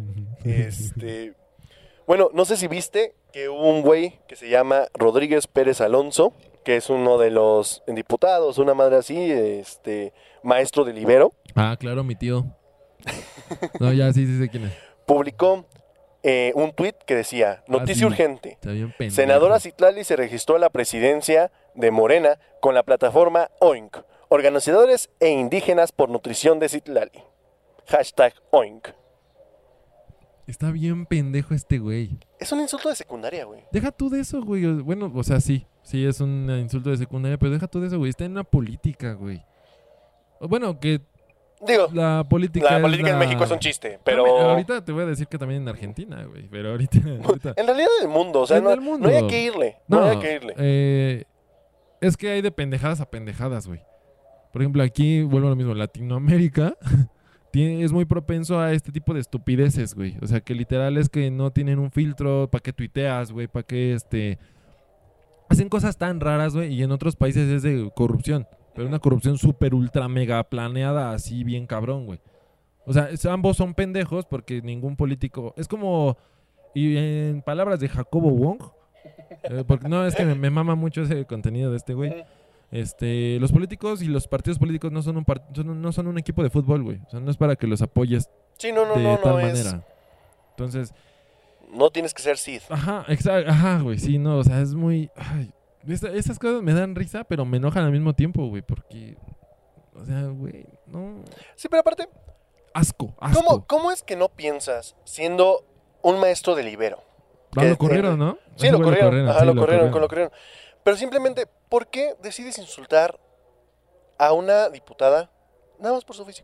Bueno, no sé si viste que hubo un güey que se llama Rodríguez Pérez Alonso, que es uno de los diputados, una madre así, maestro del Ibero, claro, mi tío. No, ya, sí sé quién es. publicó un tuit que decía, noticia sí. urgente, Está bien pendejo. senadora Citlali se registró a la presidencia de Morena con la plataforma OINC, organizadores e indígenas por nutrición de Citlali. #OINC. Está bien pendejo este güey. Es un insulto de secundaria, güey. Deja tú de eso, güey. Bueno, o sea, sí es un insulto de secundaria, pero deja tú de eso, güey. Está en una política, güey. Bueno, que Digo, la política en México es un chiste, pero... Ahorita te voy a decir que también en Argentina, güey. Pero ahorita... En realidad del mundo, o sea, no hay que irle. No hay que irle. Es que hay de pendejadas a pendejadas, güey. Por ejemplo, aquí, vuelvo a lo mismo, Latinoamérica es muy propenso a este tipo de estupideces, güey. O sea, que literal es que no tienen un filtro, ¿para qué tuiteas, güey? ¿Para qué, hacen cosas tan raras, güey, y en otros países es de corrupción. Pero una corrupción súper ultra mega planeada, así bien cabrón, güey. O sea, ambos son pendejos porque ningún político... Es como... Y en palabras de Jacobo Wong... porque no, es que me mama mucho ese contenido de este güey. Los políticos y los partidos políticos no son no son un equipo de fútbol, güey. O sea, no es para que los apoyes Sí, de tal manera. Entonces... No tienes que ser Sid. Ajá, exacto. Ajá, güey, sí, no, o sea, es muy... Ay, esas cosas me dan risa, pero me enojan al mismo tiempo, güey, porque... O sea, güey, no... Sí, pero aparte... Asco. ¿Cómo es que no piensas siendo un maestro del Ibero? Lo corrieron, ¿no? Sí, lo corrieron. Ajá, sí, lo corrieron. Pero simplemente, ¿por qué decides insultar a una diputada nada más por su físico?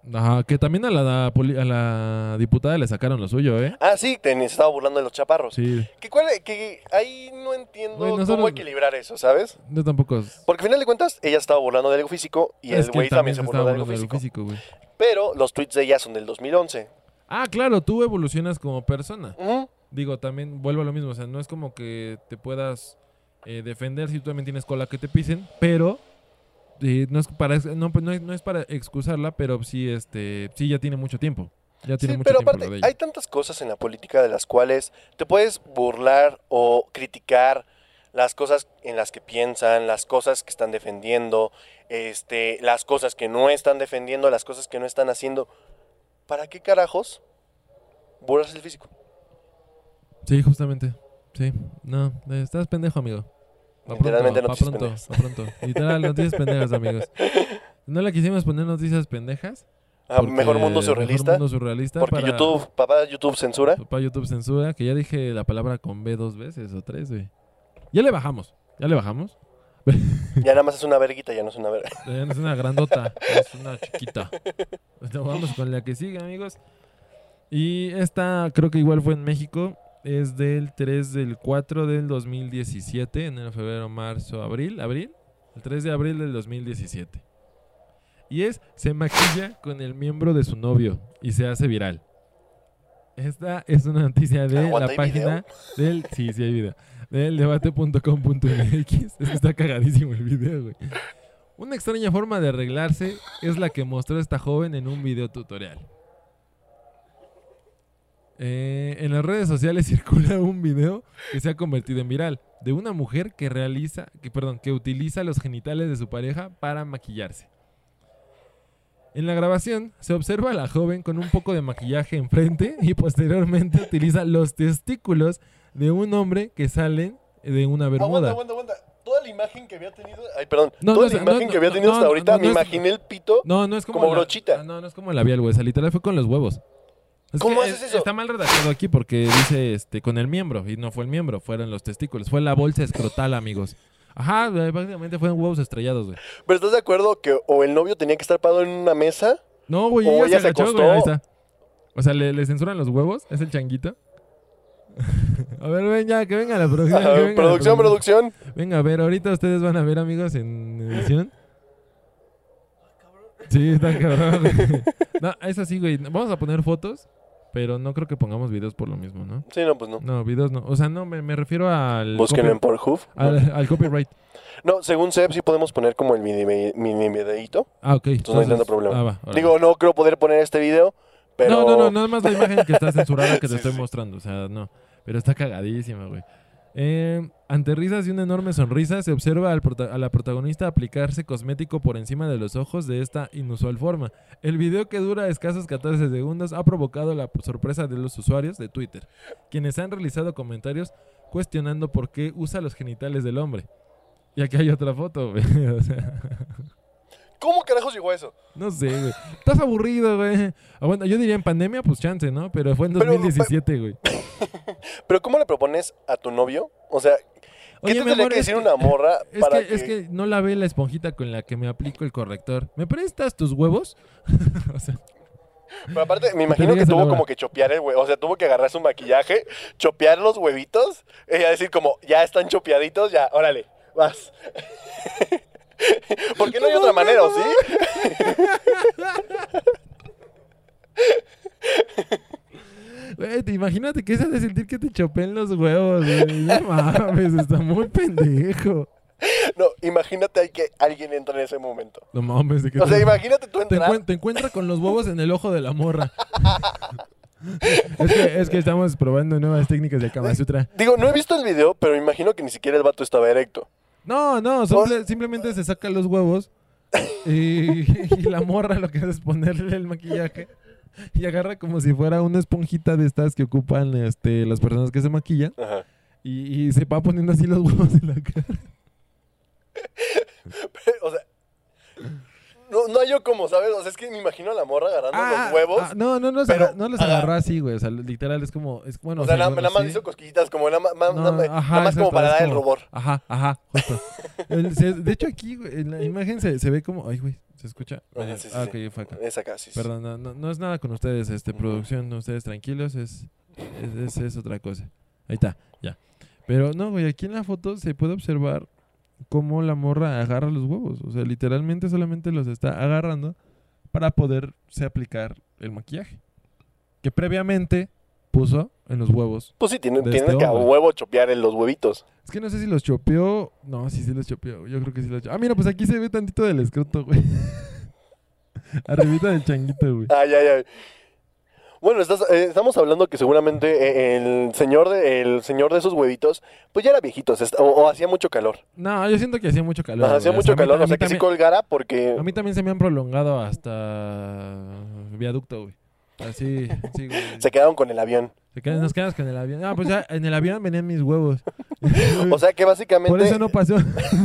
Ajá, que también a la diputada le sacaron lo suyo, ¿eh? Ah, sí, te estaba burlando de los chaparros. Sí. Que ahí no entiendo Güey, cómo nosotros- equilibrar eso, ¿sabes? Yo tampoco. Porque al final de cuentas, ella estaba burlando de algo físico y el que güey él también se se burló estaba de algo burlando físico. güey. Pero los tweets de ella son del 2011. Ah, claro, tú evolucionas como persona. Ujú. Digo, también vuelvo a lo mismo. O sea, no es como que te puedas defender si tú también tienes cola que te pisen, pero no es para excusarla, pero sí, sí ya tiene mucho tiempo. Ya tiene Sí, mucho pero tiempo aparte, lo de ella. hay tantas cosas en la política de las cuales te puedes burlar o criticar las cosas en las que piensan, las cosas que están defendiendo, las cosas que no están defendiendo, las cosas que no están haciendo. ¿Para qué carajos burlas el físico? Sí, justamente. Sí. No, estás pendejo, amigo. Literalmente Pa' noticias pronto, pendejas. pa' pronto. Literal, noticias pendejas, amigos. No le quisimos poner noticias pendejas. Mejor mundo Mejor surrealista. mundo surrealista. Porque para YouTube, papá, YouTube censura. Papá YouTube censura, que ya dije la palabra con B 2 veces o 3, güey. Ya le bajamos. Ya le bajamos. Ya nada más es una verguita, ya no es una verga. Ya no es una grandota, es una chiquita. Vamos con la que sigue, amigos. Y esta creo que igual fue en México. Es del 3 del 4 del 2017. Enero, febrero, marzo, abril. ¿Abril? El 3 de abril del 2017. Y se maquilla con el miembro de su novio y se hace viral. Esta es una noticia de ¿Aguanta, la hay página del... Sí, hay video. Del debate.com.mx. Es que está cagadísimo el video, güey. Una extraña forma de arreglarse es la que mostró esta joven en un video tutorial. En las redes sociales circula un video que se ha convertido en viral de una mujer que utiliza los genitales de su pareja para maquillarse. En la grabación se observa a la joven con un poco de maquillaje enfrente y posteriormente utiliza los testículos de un hombre que salen de una bermuda. Aguanta. Toda la imagen que había tenido... Ay, perdón. No, Toda no, la imagen que había tenido hasta ahorita, no me es- imaginé el pito No, no es como como brochita. No, no es como el labial, güey. O sea, literal fue con los huevos. ¿Cómo que haces eso? Está mal redactado aquí porque dice con el miembro y no fue el miembro, fueron los testículos. Fue la bolsa escrotal, amigos. Ajá, básicamente fueron huevos estrellados, güey. Pero ¿estás de acuerdo que o el novio tenía que estar parado en una mesa? No, güey, O ella se agachó, acostó. güey, ahí está. O sea, le censuran los huevos, es el changuito. A ver, ven ya, que venga la producción. Ajá, que venga la producción. Venga, a ver, ahorita ustedes van a ver, amigos, en edición. Sí, está cabrón. No, es así, güey. Vamos a poner fotos, pero no creo que pongamos videos por lo mismo, ¿no? Sí, no, pues no. No, videos no. O sea, no, me refiero al... Busquen en Pornhub. al copyright. No, según Seb, sí podemos poner como el mini videíto. Ah, ok. Entonces no hay tanto problema. Va, órale. Digo, no creo poder poner este video, pero... No, nada más la imagen que está censurada que te Sí, estoy sí. mostrando. O sea, no. Pero está cagadísima, güey. Ante risas y una enorme sonrisa, se observa a la protagonista aplicarse cosmético por encima de los ojos de esta inusual forma. El video, que dura escasos 14 segundos, ha provocado la sorpresa de los usuarios de Twitter, quienes han realizado comentarios cuestionando por qué usa los genitales del hombre. Y aquí hay otra foto, güey. O sea, ¿Cómo carajos llegó a eso? no sé, güey. Estás aburrido, güey. Ah, bueno, yo diría en pandemia, pues chance, ¿no? Pero fue en 2017, güey. Pero ¿cómo le propones a tu novio? O sea, ¿qué Oye, te mi tendría amor, que decir una morra para Es que no la ve la esponjita con la que me aplico el corrector. ¿Me prestas tus huevos? O sea, Pero aparte, me imagino que digas a tuvo la hora. como que chopear el huevo. O sea, tuvo que agarrar su maquillaje, chopear los huevitos y a decir como, ya están chopeaditos, ya, órale, vas. Porque no hay otra manera, ¿o sí? güey, imagínate que es de sentir que te chopeen los huevos, güey. No mames, está muy pendejo. No, imagínate ahí que alguien entra en ese momento. No mames, de que O sea, imagínate tú entrar. te encuentra con los huevos en el ojo de la morra. es que estamos probando nuevas técnicas de Kama Sutra. Digo, no he visto el video, pero imagino que ni siquiera el vato estaba erecto. No, simplemente se saca los huevos y la morra lo que hace es ponerle el maquillaje y agarra como si fuera una esponjita de estas que ocupan las personas que se maquillan Ajá. y se va poniendo así los huevos en la cara. O sea, No hay yo como, ¿sabes? O sea, es que me imagino a la morra agarrando los huevos. No pero- los agarró así, güey. O sea, literal es como. Bueno, o sea, bueno, nada más sí. hizo cosquillitas, como nada No, más como exacto, para es dar el como- rubor. Ajá, justo. De hecho, aquí, güey, en la imagen se ve como. Ay, güey, ¿se escucha? Ajá, sí, Ok, fue acá. Es acá, sí. Perdón, no es nada con ustedes, producción, ustedes tranquilos, es otra cosa. Ahí está, ya. Pero no, güey, aquí en la foto se puede observar cómo la morra agarra los huevos. O sea, literalmente solamente los está agarrando para poderse aplicar el maquillaje. Que previamente puso en los huevos. Pues sí, tiene de que este a hombre. huevo chopear en los huevitos. Es que no sé si los chopeó. No, sí los chopeó. Yo creo que sí los chopeó. Ah, mira, pues aquí se ve tantito del escroto, güey. Arribita del changuito, güey. Ay. Bueno, estamos hablando que seguramente el señor de esos huevitos, pues ya era viejito, o hacía mucho calor. No, yo siento que hacía mucho calor. Ajá, hacía güey. mucho a mí- calor, a o mí sea, que sí también- colgara porque... A mí también se me han prolongado hasta viaducto, güey. Así, sí, güey. Se quedaron con el avión. Nos quedamos con el avión. Ah, pues ya en el avión venían mis huevos. O sea que básicamente... Por eso no pasó.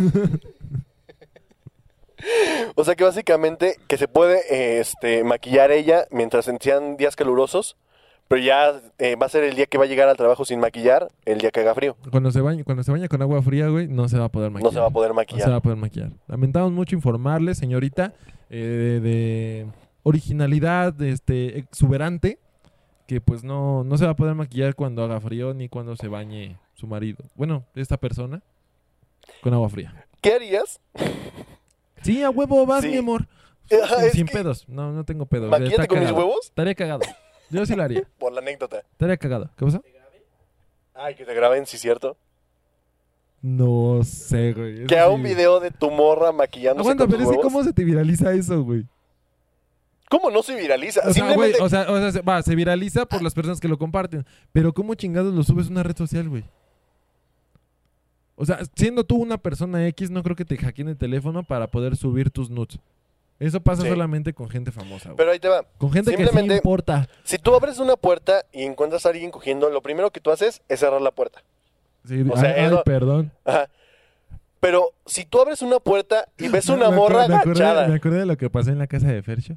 O sea que básicamente que se puede maquillar ella mientras sean días calurosos, pero ya va a ser el día que va a llegar al trabajo sin maquillar, el día que haga frío. Cuando se baña con agua fría, güey, no se va a poder maquillar. No se va a poder No maquillar. se va a poder maquillar. Lamentamos mucho informarle, señorita, de originalidad exuberante, que pues no se va a poder maquillar cuando haga frío ni cuando se bañe su marido. Bueno, esta persona con agua fría. ¿Qué harías? Sí, a huevo vas, Sí. mi amor. Ajá, es Sin que- pedos. No tengo pedos. ¿Maquillate Está con mis cagado. huevos? Estaría cagado. Yo sí lo haría. Por la anécdota. Estaría cagado. ¿Qué pasó? Ay, que te graben, sí, cierto. No sé, güey. Eso Que haga sí. un video de tu morra maquillándose Aguanta, con pero tus es que huevos. ¿cómo se te viraliza eso, güey? ¿Cómo no se viraliza? O sea, güey, Simplemente... se viraliza por las personas que lo comparten. Pero ¿cómo chingados lo subes a una red social, güey? O sea, siendo tú una persona X, no creo que te hackeen el teléfono para poder subir tus nudes. Eso pasa Sí. solamente con gente famosa, güey. Pero ahí te va. Con gente que sí simplemente- importa. Si tú abres una puerta y encuentras a alguien cogiendo, lo primero que tú haces es cerrar la puerta. Sí, o sea, ay, eso- perdón. Ajá. Pero si tú abres una puerta y ves una morra Me agachada... acordé de lo que pasó en la casa de Fercho.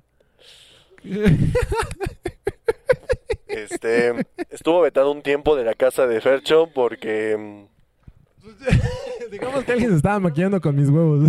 Estuvo vetado un tiempo de la casa de Fercho porque... Digamos que alguien se estaba maquillando con mis huevos.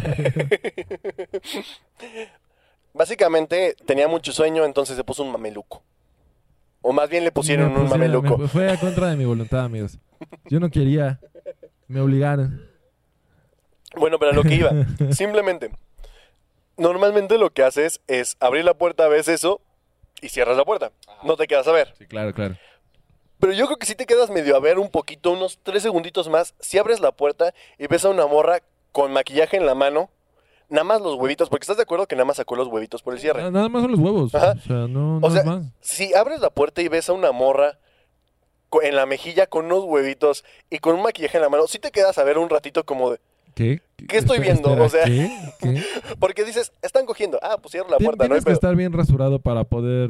Básicamente tenía mucho sueño, entonces se puso un mameluco. O más bien le pusieron Me un pusieron- mameluco. Fue a contra de mi voluntad, amigos. Yo no quería. Me obligaron. Bueno, pero a lo que iba. Simplemente, normalmente lo que haces es abrir la puerta, ves eso y cierras la puerta. No te quedas a ver. Sí, claro. Pero yo creo que si te quedas medio a ver un poquito, unos 3 segunditos más, si abres la puerta y ves a una morra con maquillaje en la mano, nada más los huevitos, porque estás de acuerdo que nada más sacó los huevitos por el cierre. Nada más son los huevos. Ajá. O sea, no O sea, es más. si abres la puerta y ves a una morra en la mejilla con unos huevitos y con un maquillaje en la mano, sí te quedas a ver un ratito como de... ¿Qué? ¿Qué estoy viendo? O sea- ¿Qué? Porque dices, están cogiendo. Ah, pues cierro la puerta, ¿no? Tienes que Pero, estar bien rasurado para poder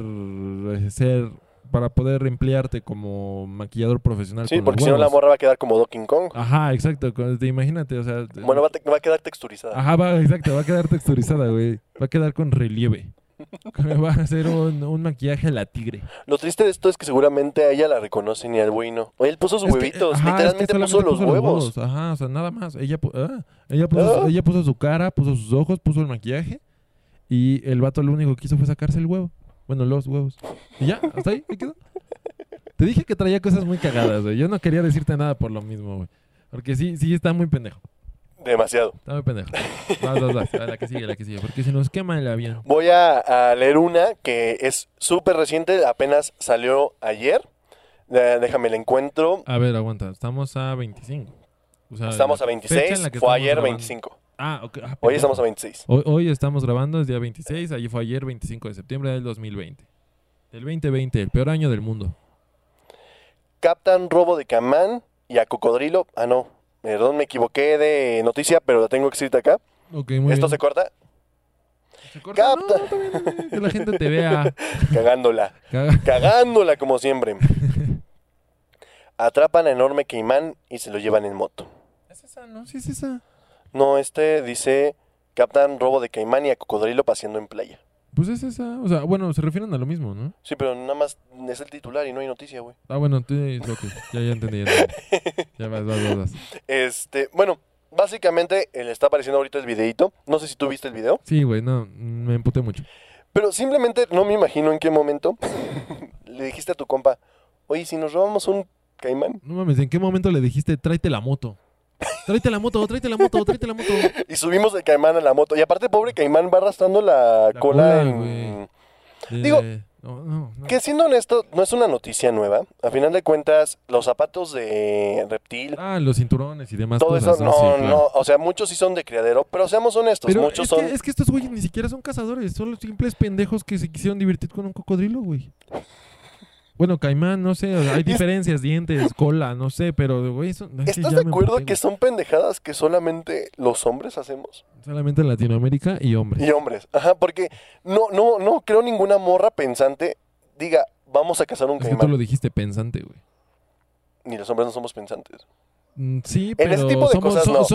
para poder emplearte como maquillador profesional. sí, con porque los si no la huevos. morra va a quedar como Donkey Kong. Ajá, exacto. Imagínate, o sea. Bueno, va a quedar texturizada. Ajá, exacto, va a quedar texturizada, güey. Va a quedar con relieve. Va a hacer un maquillaje a la tigre. Lo triste de esto es que seguramente a ella la reconocen y al güey no. Él puso sus Es que, huevitos, ajá, literalmente es que puso solamente los huevos. Ajá, o sea, nada más. Ella Ah. puso su cara, puso sus ojos, puso el maquillaje. Y el vato lo único que hizo fue sacarse el huevo. Bueno, los huevos. Y ya, hasta ahí quedó. Te dije que traía cosas muy cagadas, güey. Yo no quería decirte nada por lo mismo, güey. Porque sí está muy pendejo. Demasiado. Está muy pendejo. Vas. A la que sigue. Porque se nos quema el avión. Voy a leer una que es súper reciente, apenas salió ayer. Déjame la encuentro. A ver, aguanta. Estamos a 25. O sea, Estamos a la fecha en 26, la que fue estamos ayer grabando. 25. Ah, ok. Hoy pendejo. estamos a 26. Hoy estamos grabando, es día 26, allí fue ayer 25 de septiembre del 2020. Del 2020, el peor año del mundo. Captan robo de camán y a cocodrilo. Ah, no. Perdón, me equivoqué de noticia, pero la tengo escrita acá. Ok, muy ¿Esto bien. se corta? ¿Se corta? capta. No, está bien, está bien, que la gente te vea. Cagándola. Cagándola como siempre. Atrapan a enorme caimán y se lo llevan en moto. ¿Es esa, no? Sí, es esa. No, dice captan robo de caimán y a cocodrilo paseando en playa. Pues es esa. O sea, bueno, se refieren a lo mismo, ¿no? Sí, pero nada más es el titular y no hay noticia, güey. Ah, bueno, ok. Ya entendí. Ya vas. Bueno, básicamente le está apareciendo ahorita el videíto. No sé si tú viste el video. Sí, güey, no, me emputé mucho. Pero simplemente no me imagino en qué momento le dijiste a tu compa, oye, si nos robamos un caimán. No mames, ¿en qué momento le dijiste, tráete la moto? Tráete la moto. Y subimos el caimán a la moto. Y aparte, pobre caimán va arrastrando la cola en... güey. Digo, No. que siendo honesto, no es una noticia nueva. A final de cuentas, los zapatos de reptil, Ah, los cinturones y demás todo cosas. eso, no, Sí, claro. no. O sea, muchos sí son de criadero, pero seamos honestos, Pero muchos es, son... es que estos güeyes ni siquiera son cazadores, son los simples pendejos que se quisieron divertir con un cocodrilo, güey. Bueno, caimán, no sé, o sea, hay diferencias, dientes, cola, no sé, pero, güey, es que ¿Estás ya de me acuerdo emputé, que güey. son pendejadas que solamente los hombres hacemos? Solamente en Latinoamérica y hombres. Y hombres, ajá, porque no creo ninguna morra pensante diga, vamos a cazar un Es que tú caimán. lo dijiste pensante, güey. Ni los hombres no somos pensantes. Sí, En pero ese tipo de somos, cosas, no.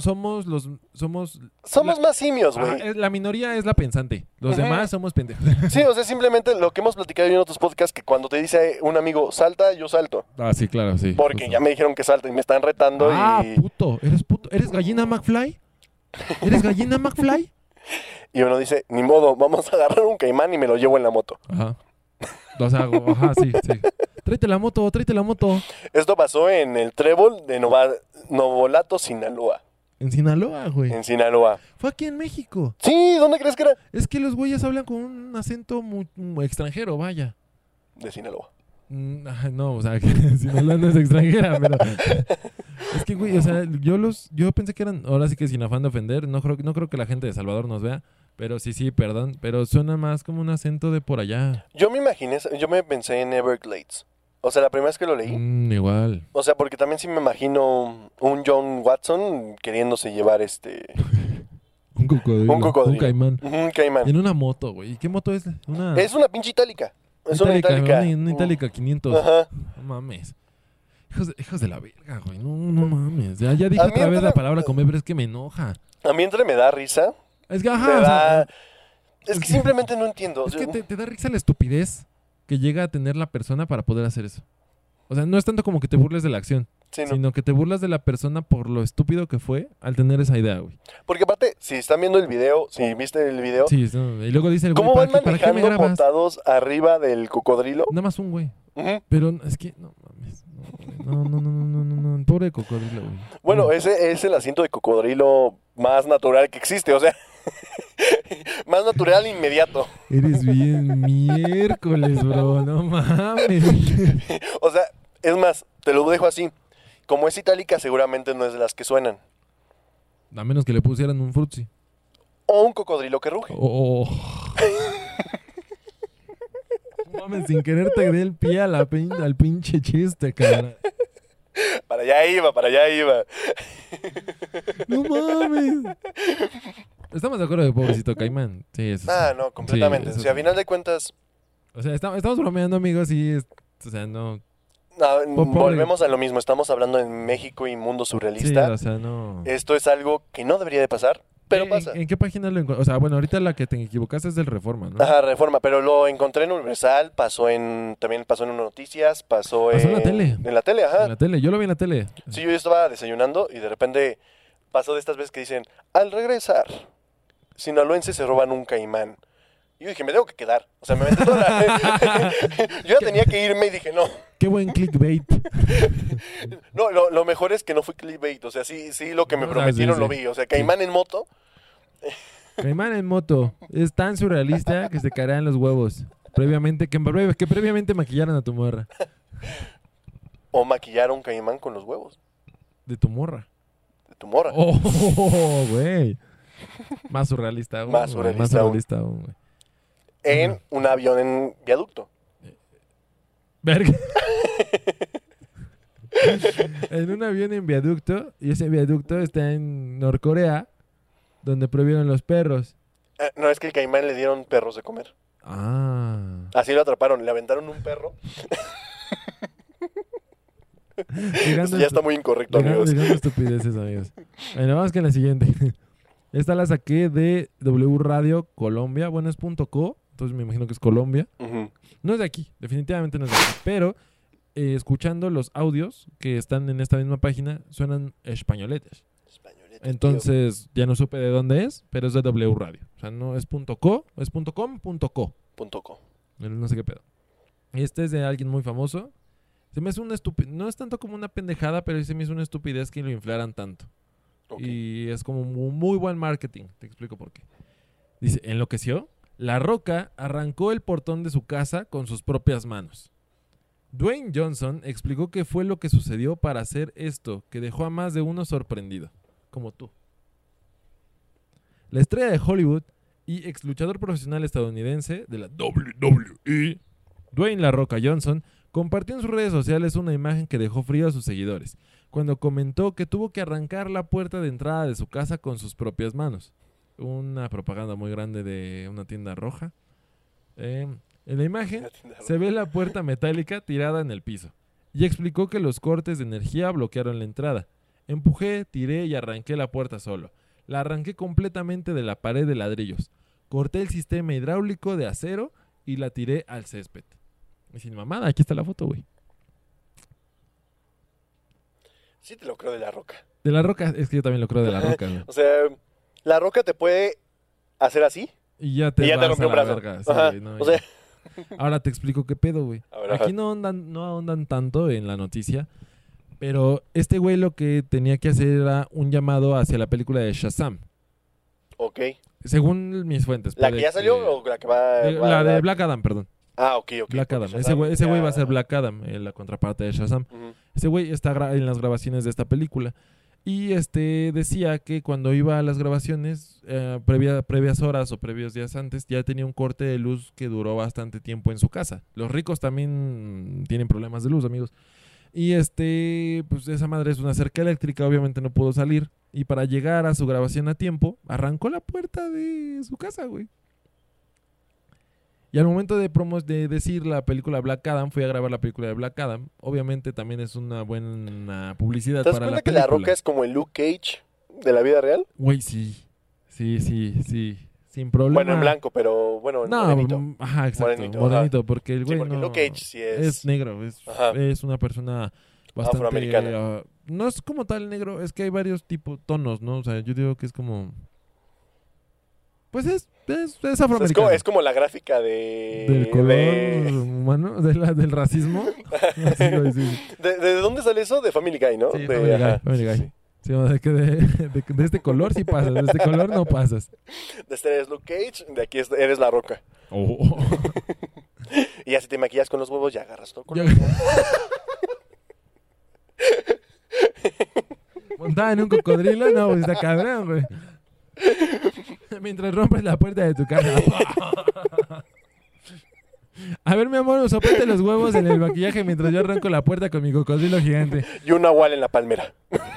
somos Más simios, güey. la minoría es la pensante. Los Ujú. demás somos pendejos. Sí, o sea, simplemente lo que hemos platicado en otros podcasts, que cuando te dice un amigo, salta, yo salto. Ah, sí, claro, sí. Porque justo. ya me dijeron que salta y me están retando Puto. ¿Eres puto? ¿Eres gallina McFly? ¿Eres gallina McFly? y uno dice, ni modo, vamos a agarrar un caimán y me lo llevo en la moto. Ajá. O sea, sí. Tráete la moto. Esto pasó en el Trébol de Novolato, Sinaloa. En Sinaloa, güey. En Sinaloa. Fue aquí en México. Sí, ¿dónde crees que era? Es que los güeyes hablan con un acento muy extranjero, vaya. De Sinaloa. No, o sea, que Sinaloa no es extranjera, pero... Es que, güey, o sea, yo pensé que eran, ahora sí que sin afán de ofender, no creo que la gente de Salvador nos vea, pero sí, perdón, pero suena más como un acento de por allá. Yo me pensé en Everglades. O sea, la primera vez que lo leí. Igual. O sea, porque también sí me imagino un John Watson queriéndose llevar Un cocodrilo. un cocodrilo. Un caimán. Un caimán. En una moto, güey. ¿Y qué moto es? Es una pinche itálica. Es una itálica. Una Itálica 500. Ajá. No mames. Hijos de la verga, güey. No mames. Ya dije A mí otra vez entre- la palabra comer, pero es que me enoja. A mí entre me da risa. Es que, Me ajá, o da... sea, Es que simplemente no entiendo. es que te da risa la estupidez que llega a tener la persona para poder hacer eso. O sea, no es tanto como que te burles de la acción, Sí, no. sino que te burlas de la persona por lo estúpido que fue al tener esa idea, güey. Porque aparte, si están viendo el video, si viste el video, Sí, no, y luego dice el güey, ¿cómo van ¿para qué me manejando grabas? botados arriba del cocodrilo? Nada más un güey. Ujú. Pero es que, no mames. No, pobre cocodrilo, güey. Bueno, No. ese es el asiento de cocodrilo más natural que existe, o sea, más natural e inmediato. Eres bien miércoles, bro, no mames. O sea, es más, te lo dejo así. Como es itálica, seguramente no es de las que suenan. A menos que le pusieran un frutzi. O un cocodrilo que ruge. Oh. No mames, sin querer te di el pie al pinche chiste, cara. Para allá iba. No mames. Estamos de acuerdo de pobrecito Caimán. Sí, eso sí. Ah, no, completamente. Sí, eso O sea, a sí. final de cuentas, O sea, estamos bromeando, amigos, y o sea, no. Pobre. volvemos a lo mismo. Estamos hablando en México y mundo Sí, surrealista. o sea, no. Esto es algo que no debería de pasar, pero pasa. ¿En qué página lo encuentras? O sea, bueno, ahorita la que te equivocaste es del Reforma, ¿no? Ajá, Reforma, pero lo encontré en Universal, también pasó en Noticias, pasó en la tele. En la tele, ajá. En la tele, yo lo vi en la tele. Sí, yo estaba desayunando y de repente pasó de estas veces que dicen, al regresar, sinaloenses se roban un caimán. Y yo dije, me tengo que quedar. O sea, me metí toda la... Yo ya tenía que irme y dije, no. Qué buen clickbait. No, lo mejor es que no fue clickbait. O sea, sí, lo que me No, prometieron sí. lo vi. O sea, caimán en moto. Caimán en moto. Es tan surrealista que se caerán los huevos. Que previamente maquillaron a tu morra. O maquillar a un caimán con los huevos De tu morra. de tu morra. Oh, güey. Más surrealista aún. Más güey. surrealista Aún, güey. En un avión en viaducto. Verga. En un avión en viaducto. Y ese viaducto está en Norcorea. Donde prohibieron los perros. No, es que el caimán le dieron perros de comer. Ah. Así lo atraparon, le aventaron un perro. Esto ya está muy incorrecto, amigos. Digamos estupideces, amigos. Bueno, vamos con la siguiente. Esta la saqué de W Radio Colombia. Bueno, es .co, entonces me imagino que es Colombia. Ujú. No es de aquí, definitivamente no es de aquí. Pero escuchando los audios que están en esta misma página, suenan españoletes. Españolete, Entonces ya no supe de dónde es, pero es de W Radio. O sea, no es .co, es .com, .co. tío. .co. No sé qué pedo. Este es de alguien muy famoso. Se me hace una estupidez. No es tanto como una pendejada, pero sí se me hizo una estupidez que lo inflaran tanto. Ok. Y es como muy buen marketing. Te explico por qué. Dice, enloqueció. La Roca arrancó el portón de su casa con sus propias manos. Dwayne Johnson explicó qué fue lo que sucedió para hacer esto, que dejó a más de uno sorprendido, como tú. La estrella de Hollywood y ex luchador profesional estadounidense de la WWE, Dwayne La Roca Johnson, compartió en sus redes sociales una imagen que dejó frío a sus seguidores, cuando comentó que tuvo que arrancar la puerta de entrada de su casa con sus propias manos. Una propaganda muy grande de una tienda roja. En la imagen se ve la puerta metálica tirada en el piso y explicó que los cortes de energía bloquearon la entrada. Empujé, tiré y arranqué la puerta solo. La arranqué completamente de la pared de ladrillos. Corté el sistema hidráulico de acero y la tiré al césped. Y sin mamada, aquí está la foto, güey. Sí te lo creo de La Roca. De La Roca, es que yo también lo creo de La Roca, güey. O sea, La Roca te puede hacer así Y ya te y ya te vas rompió a un la brazo. verga. Sí, Ajá. güey, no, O ya. sea, Ahora te explico qué pedo, güey. A ver, ajá. Aquí no ahondan tanto en la noticia, pero este güey lo que tenía que hacer era un llamado hacia la película de Shazam. ok. Según mis fuentes. ¿La puede que ya salió o la que va? La de Black Adam, perdón. Ah, ok. Black porque Adam. Shazam Ese güey ya- va a ser Black Adam, la contraparte de Shazam. Ujú. Ese güey está en las grabaciones de esta película. Y decía que cuando iba a las grabaciones, previas horas o previos días antes, ya tenía un corte de luz que duró bastante tiempo en su casa. Los ricos también tienen problemas de luz, amigos. Y pues esa madre es una cerca eléctrica, obviamente no pudo salir. Y para llegar a su grabación a tiempo, arrancó la puerta de su casa, güey. Y al momento de decir la película Black Adam, fui a grabar la película de Black Adam. Obviamente también es una buena publicidad ¿Te das para la cuenta que película. La Roca es como el Luke Cage de la vida real? Güey, sí. Sí. Sin problema. Bueno, en blanco, pero bueno, en No, morenito. ajá, exacto. Morenito, Morenito, porque el Sí, güey porque no... Luke Cage sí es negro, Ajá. es una persona bastante... Afroamericana. No es como tal negro, es que hay varios tipos, tonos, ¿no? O sea, yo digo que es como... Pues es O sea, afroamericano. es como la gráfica de... Del color de- humano, del racismo. Así lo dice. ¿De dónde sale eso? De Family Guy, ¿no? Sí, De- Family Guy, ajá, Family Guy. sí. Sí, o sea, que de este color sí pasas, de este color no pasas. De este eres Luke Cage, de aquí eres La Roca. Oh. Y ya si te maquillas con los huevos, ya agarras todo el Ya- color. Montada en un cocodrilo, no, pues está cabrón, güey. Mientras rompes la puerta de tu casa. A ver, mi amor, soplate los huevos en el maquillaje mientras yo arranco la puerta con mi cocodrilo gigante. Y un nahual en la palmera.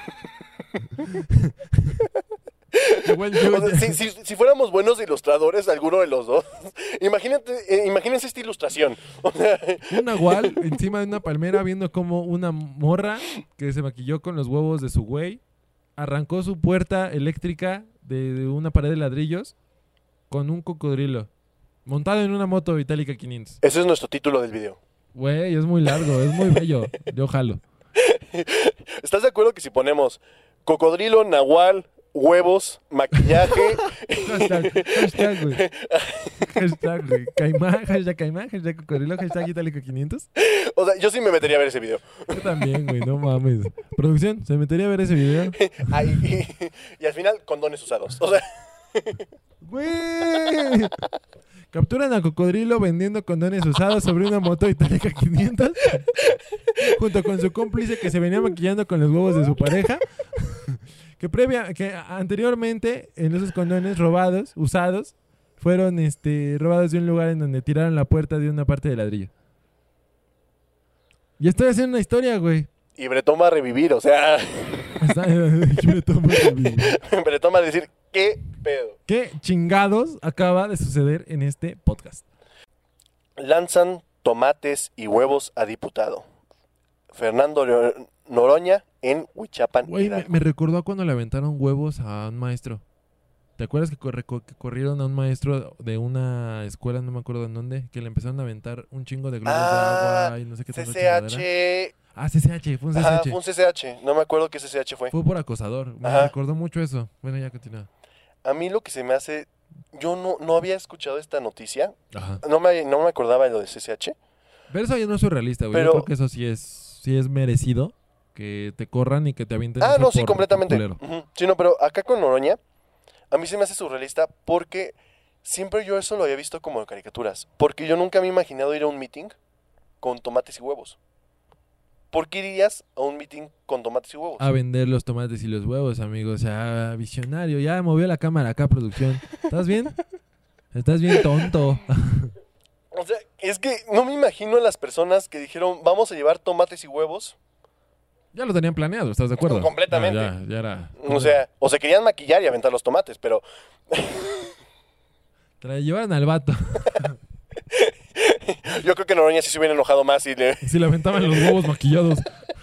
Igual yo- O sea, si fuéramos buenos ilustradores, alguno de los dos, imagínense esta ilustración. O sea, Un nahual encima de una palmera viendo como una morra que se maquilló con los huevos de su güey arrancó su puerta eléctrica de una pared de ladrillos con un cocodrilo montado en una moto Itálica 500. ese es nuestro título del video. Güey, es muy largo, es muy bello. Yo jalo. ¿Estás de acuerdo que si ponemos cocodrilo, nahual, huevos, maquillaje, Hashtag, güey. Hashtag, güey. Caimán, hashtag cocodrilo, hashtag Itálica 500. o sea, yo sí me metería a ver ese video. Yo también, güey, no mames. Producción, ¿se metería a ver ese video? Ay, y al final, condones usados. O sea, ¡Güey! Capturan a cocodrilo vendiendo condones usados sobre una moto Itálica 500 junto con su cómplice que se venía maquillando con los huevos de su pareja que anteriormente en esos condones usados fueron robados de un lugar en donde tiraron la puerta de una parte de ladrillo. Y estoy haciendo una historia, güey. y Bretón va a revivir, o sea, Bretón va a decir, ¿qué pedo? ¿Qué chingados acaba de suceder en este podcast? Lanzan tomates y huevos a diputado. Fernando Noroña en Huichapan, Güey, Hidalgo. me recordó a cuando le aventaron huevos a un maestro. ¿Te acuerdas que que corrieron a un maestro de una escuela, no me acuerdo en dónde, que le empezaron a aventar un chingo de globos de agua y no sé qué tanta chingadera? CCH. Ah, CCH, fue un CCH. Ajá, fue un CCH. No me acuerdo qué CCH fue. Fue por acosador. Me Ajá. recordó mucho eso. Bueno, ya continúa. A mí lo que se me hace... Yo no había escuchado esta noticia. Ajá. No me acordaba de lo de CCH. Pero eso ya no es surrealista, güey. Pero- Yo creo que eso sí es merecido. Que te corran y que te avienten Ah, eso no, sí, por completamente. culero. Ujú. Sí, no, pero acá con Noroña, a mí se me hace surrealista porque siempre yo eso lo había visto como en caricaturas. Porque yo nunca me he imaginado ir a un meeting con tomates y huevos. ¿Por qué irías a un meeting con tomates y huevos? A vender los tomates y los huevos, amigos. O sea, visionario. Ya movió la cámara acá, producción. ¿Estás bien? Estás bien tonto. O sea, es que no me imagino a las personas que dijeron, vamos a llevar tomates y huevos. Ya lo tenían planeado, ¿estás de acuerdo? Completamente. Ya era. O sea, o se querían maquillar y aventar los tomates, pero Te la llevaron al vato. yo creo que Noroña sí se hubiera enojado más y le... Y si le aventaban los huevos maquillados.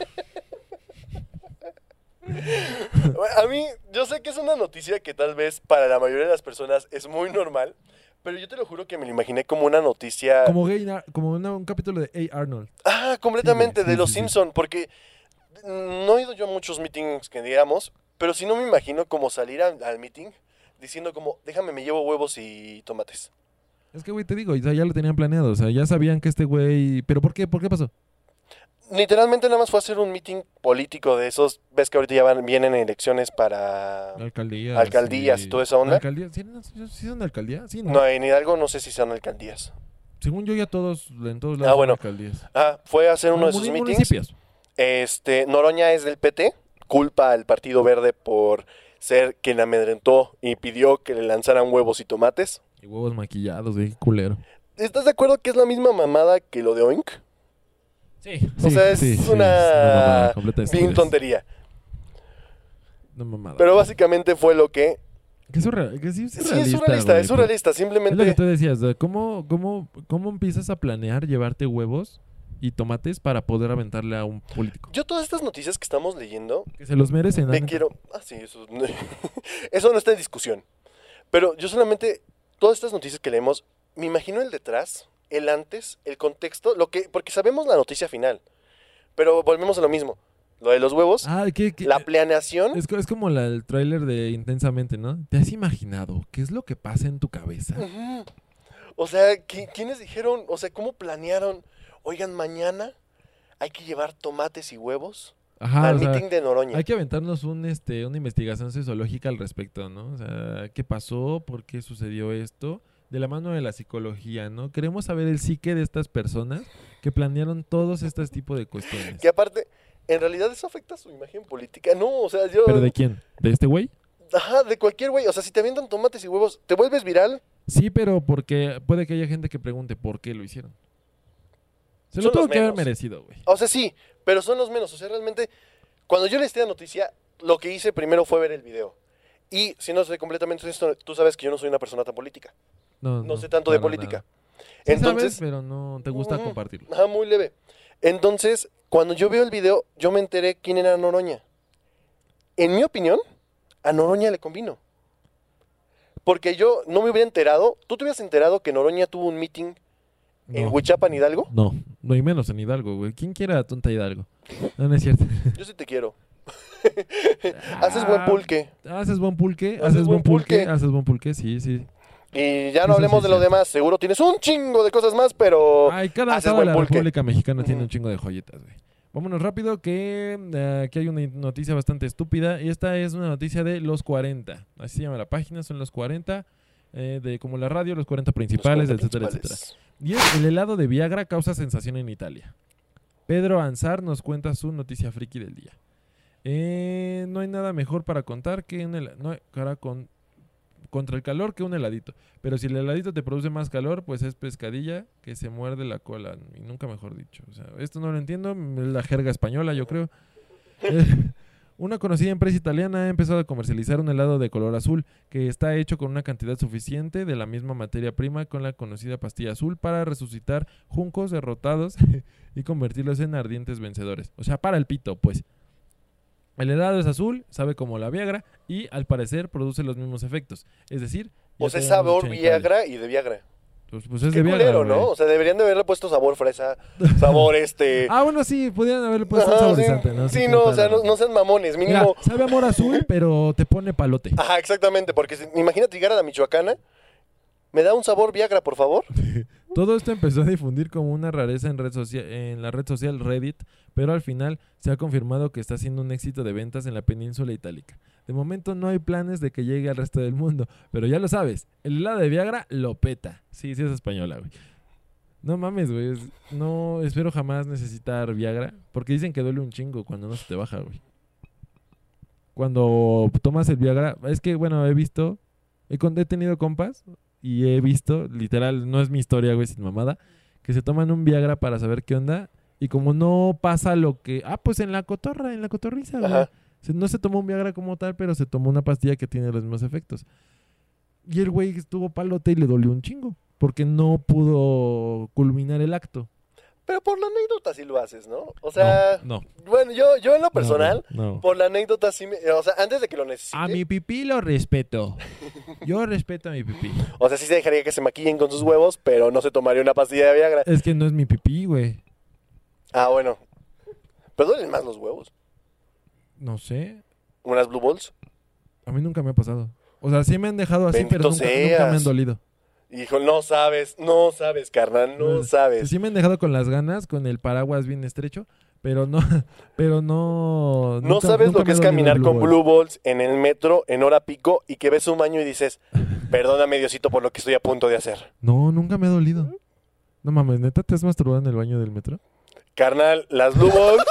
A mí, yo sé que es una noticia que tal vez para la mayoría de las personas es muy normal, pero yo te lo juro que me lo imaginé como una noticia... Como un capítulo de A. Arnold. Ah, completamente, Sí, de sí, los sí, sí. Simpson, porque no he ido yo a muchos meetings que digamos, pero sí no me imagino como salir al meeting diciendo como, déjame, me llevo huevos y tomates. Es que, güey, te digo, o sea, ya lo tenían planeado. O sea, ya sabían que este güey... ¿Pero por qué? ¿Por qué pasó? Literalmente nada más fue a hacer un meeting político de esos, ves que ahorita ya vienen elecciones para... Alcaldías y toda esa onda. ¿Alcaldías? ¿Sí, ¿sí son de alcaldía? Sí, ¿no? No, en Hidalgo no sé si sean alcaldías. Según yo, ya en todos lados Ah, son bueno. alcaldías. Ah, fue a hacer uno de esos meetings. Municipios. Noroña es del PT, culpa al Partido Verde por ser quien amedrentó y pidió que le lanzaran huevos y tomates. Y huevos maquillados, güey, qué culero. ¿Estás de acuerdo que es la misma mamada que lo de Oink? Sí. O sea, es una mamada completa de bien estupidez. tontería. Una mamada. Pero básicamente fue lo que... Que sí, es Sí, surrealista, es surrealista, güey, es surrealista. Es lo que Simplemente... tú decías, o sea, ¿cómo empiezas a planear llevarte huevos y tomates para poder aventarle a un político? Yo todas estas noticias que estamos leyendo, Que se los merecen. la me neta. quiero... Ah, sí, eso, eso no está en discusión. Pero yo solamente, todas estas noticias que leemos, me imagino el detrás, el antes, el contexto, porque sabemos la noticia final. Pero volvemos a lo mismo. Lo de los huevos, Ah, la planeación. es como el tráiler de Intensamente, ¿no? ¿Te has imaginado qué es lo que pasa en tu cabeza? Ujú. O sea, ¿quiénes dijeron? O sea, ¿cómo planearon? Oigan, mañana hay que llevar tomates y huevos Ajá, al o sea, meeting de Noroña. hay que aventarnos una investigación sociológica al respecto, ¿no? O sea, ¿qué pasó? ¿Por qué sucedió esto? De la mano de la psicología, ¿no? Queremos saber el psique de estas personas que planearon todos estos tipos de cuestiones. Que aparte, en realidad eso afecta a su imagen política. No, o sea, yo... ¿Pero de quién? ¿De este güey? Ajá, de cualquier güey. O sea, si te avientan tomates y huevos, ¿te vuelves viral? Sí, pero porque puede que haya gente que pregunte por qué lo hicieron. Se lo Son tuvo los que haber menos. merecido, güey. O sea, sí, pero son los menos. O sea, realmente, cuando yo leí la noticia, lo que hice primero fue ver el video. Y si no soy completamente honesto, tú sabes que yo no soy una persona tan política. No sé tanto de para política. nada. Sí Entonces, sabes, pero no te gusta ujú, compartirlo. Ajá, muy leve. Entonces, cuando yo veo el video, yo me enteré quién era Noroña. En mi opinión, a Noroña le convino. Porque yo no me hubiera enterado. ¿Tú te hubieras enterado que Noroña tuvo un meeting en No. Huichapan, Hidalgo? No hay menos en Hidalgo, güey. ¿Quién quiere a tonta Hidalgo? No es cierto. Yo sí te quiero. Haces buen pulque. Haces buen pulque, Haces buen pulque. haces buen pulque, sí, sí. Y ya no Eso hablemos sí de es lo cierto. demás. Seguro tienes un chingo de cosas más, pero Ay, cada haces estado de buen la pulque. República Mexicana tiene Ujú. un chingo de joyitas, güey. Vámonos rápido que aquí hay una noticia bastante estúpida. Y esta es una noticia de los 40. Así se llama la página, son los 40. Como la radio, los 40 principales, Los etcétera, principales. etcétera. Y es el helado de Viagra causa sensación en Italia. Pedro Ansar nos cuenta su noticia friki del día. No hay nada mejor para contar que contra el calor que un heladito. Pero si el heladito te produce más calor, pues es pescadilla que se muerde la cola. Y nunca mejor dicho. O sea, esto no lo entiendo. Es la jerga española, yo creo. Una conocida empresa italiana ha empezado a comercializar un helado de color azul que está hecho con una cantidad suficiente de la misma materia prima con la conocida pastilla azul para resucitar juncos derrotados y convertirlos en ardientes vencedores. O sea, para el pito, pues. El helado es azul, sabe como la Viagra y al parecer produce los mismos efectos. Es decir, ya O sea, es te habíamos sabor dicho en Italia. Viagra y de Viagra. Pues es Qué de Viagra, culero, güey. ¿no? O sea, deberían de haberle puesto sabor fresa, sabor Ah, bueno, sí, podrían haberle puesto un Ajá, saborizante, ¿no? Sí, tiene no, o toda sea, la razón. no sean mamones, Mira, mínimo. sabe a amor azul, pero te pone palote. Ajá, exactamente, porque imagínate llegar a la Michoacana, ¿me da un sabor Viagra, por favor? Todo esto empezó a difundir como una rareza en la red social Reddit, pero al final se ha confirmado que está siendo un éxito de ventas en la península itálica. De momento no hay planes de que llegue al resto del mundo, pero ya lo sabes, el helado de Viagra lo peta. Sí, sí es española, güey. No mames, güey. No espero jamás necesitar Viagra, porque dicen que duele un chingo cuando no se te baja, güey. Cuando tomas el Viagra, es que, bueno, he tenido compas y he visto, literal, no es mi historia, güey, sin mamada, que se toman un Viagra para saber qué onda y como no pasa lo que... Ah, pues en la cotorriza, güey. Ajá. No se tomó un Viagra como tal, pero se tomó una pastilla que tiene los mismos efectos. Y el güey estuvo palote y le dolió un chingo, porque no pudo culminar el acto. Pero por la anécdota sí lo haces, ¿no? O sea, No. bueno, yo en lo personal, No. por la anécdota sí o sea, antes de que lo necesite, A mi pipí lo respeto. Yo respeto a mi pipí. o sea, sí se dejaría que se maquillen con sus huevos, pero no se tomaría una pastilla de Viagra. Es que no es mi pipí, güey. Ah, bueno. Pero duelen más los huevos. No sé. Unas Blue Balls. A mí nunca me ha pasado. O sea, sí me han dejado así, Bendito pero nunca me seas. han dolido. Hijo, no sabes, carnal, no Sí, sabes. sí me han dejado con las ganas, con el paraguas bien estrecho, pero no, No nunca- sabes nunca lo que me es ha dolido caminar el con Balls. Blue Balls en el metro en hora pico y que ves un baño y dices, perdóname Diosito por lo que estoy a punto de hacer. No, nunca me ha dolido. No mames, ¿neta te has masturbado en el baño del metro? Carnal, las Blue Balls.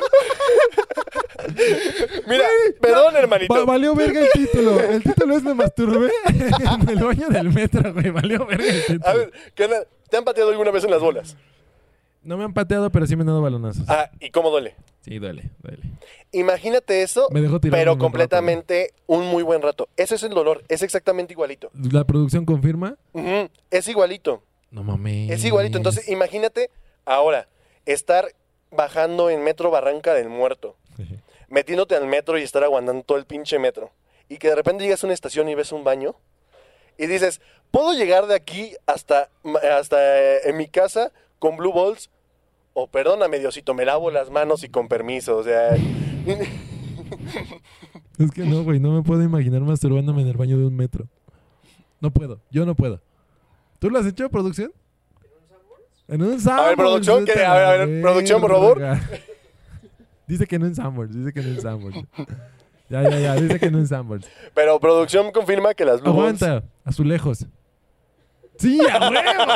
Mira, perdón, hermanito. Valió verga el título. El título es Me masturbé en el baño del metro, güey. Valió verga el título. A ver, carnal, ¿te han pateado alguna vez en las bolas? No me han pateado, pero sí me han dado balonazos. Ah, ¿y cómo duele? Sí, duele. Imagínate eso, Me dejó tirado un pero buen completamente un muy buen rato. Ese es el dolor, es exactamente igualito. ¿La producción confirma? Ujú, es igualito. No mames. Es igualito. Entonces, imagínate ahora estar bajando en Metro Barranca del Muerto, metiéndote al metro y estar aguantando todo el pinche metro. Y que de repente llegas a una estación y ves un baño y dices, ¿puedo llegar de aquí hasta en mi casa con Blue Balls? O perdóname, Diosito, me lavo las manos y con permiso. O sea, Es que no, güey. No me puedo imaginar masturbándome en el baño de un metro. No puedo. Yo no puedo. ¿Tú lo has hecho, producción? En un Sanborns. A ver, producción, vete a ver, la producción, por favor. verga. Dice que no en Sanborns. Ya. Dice que no en Sanborns. pero producción confirma que las Blue Balls... Aguanta. Azulejos. ¡Sí, a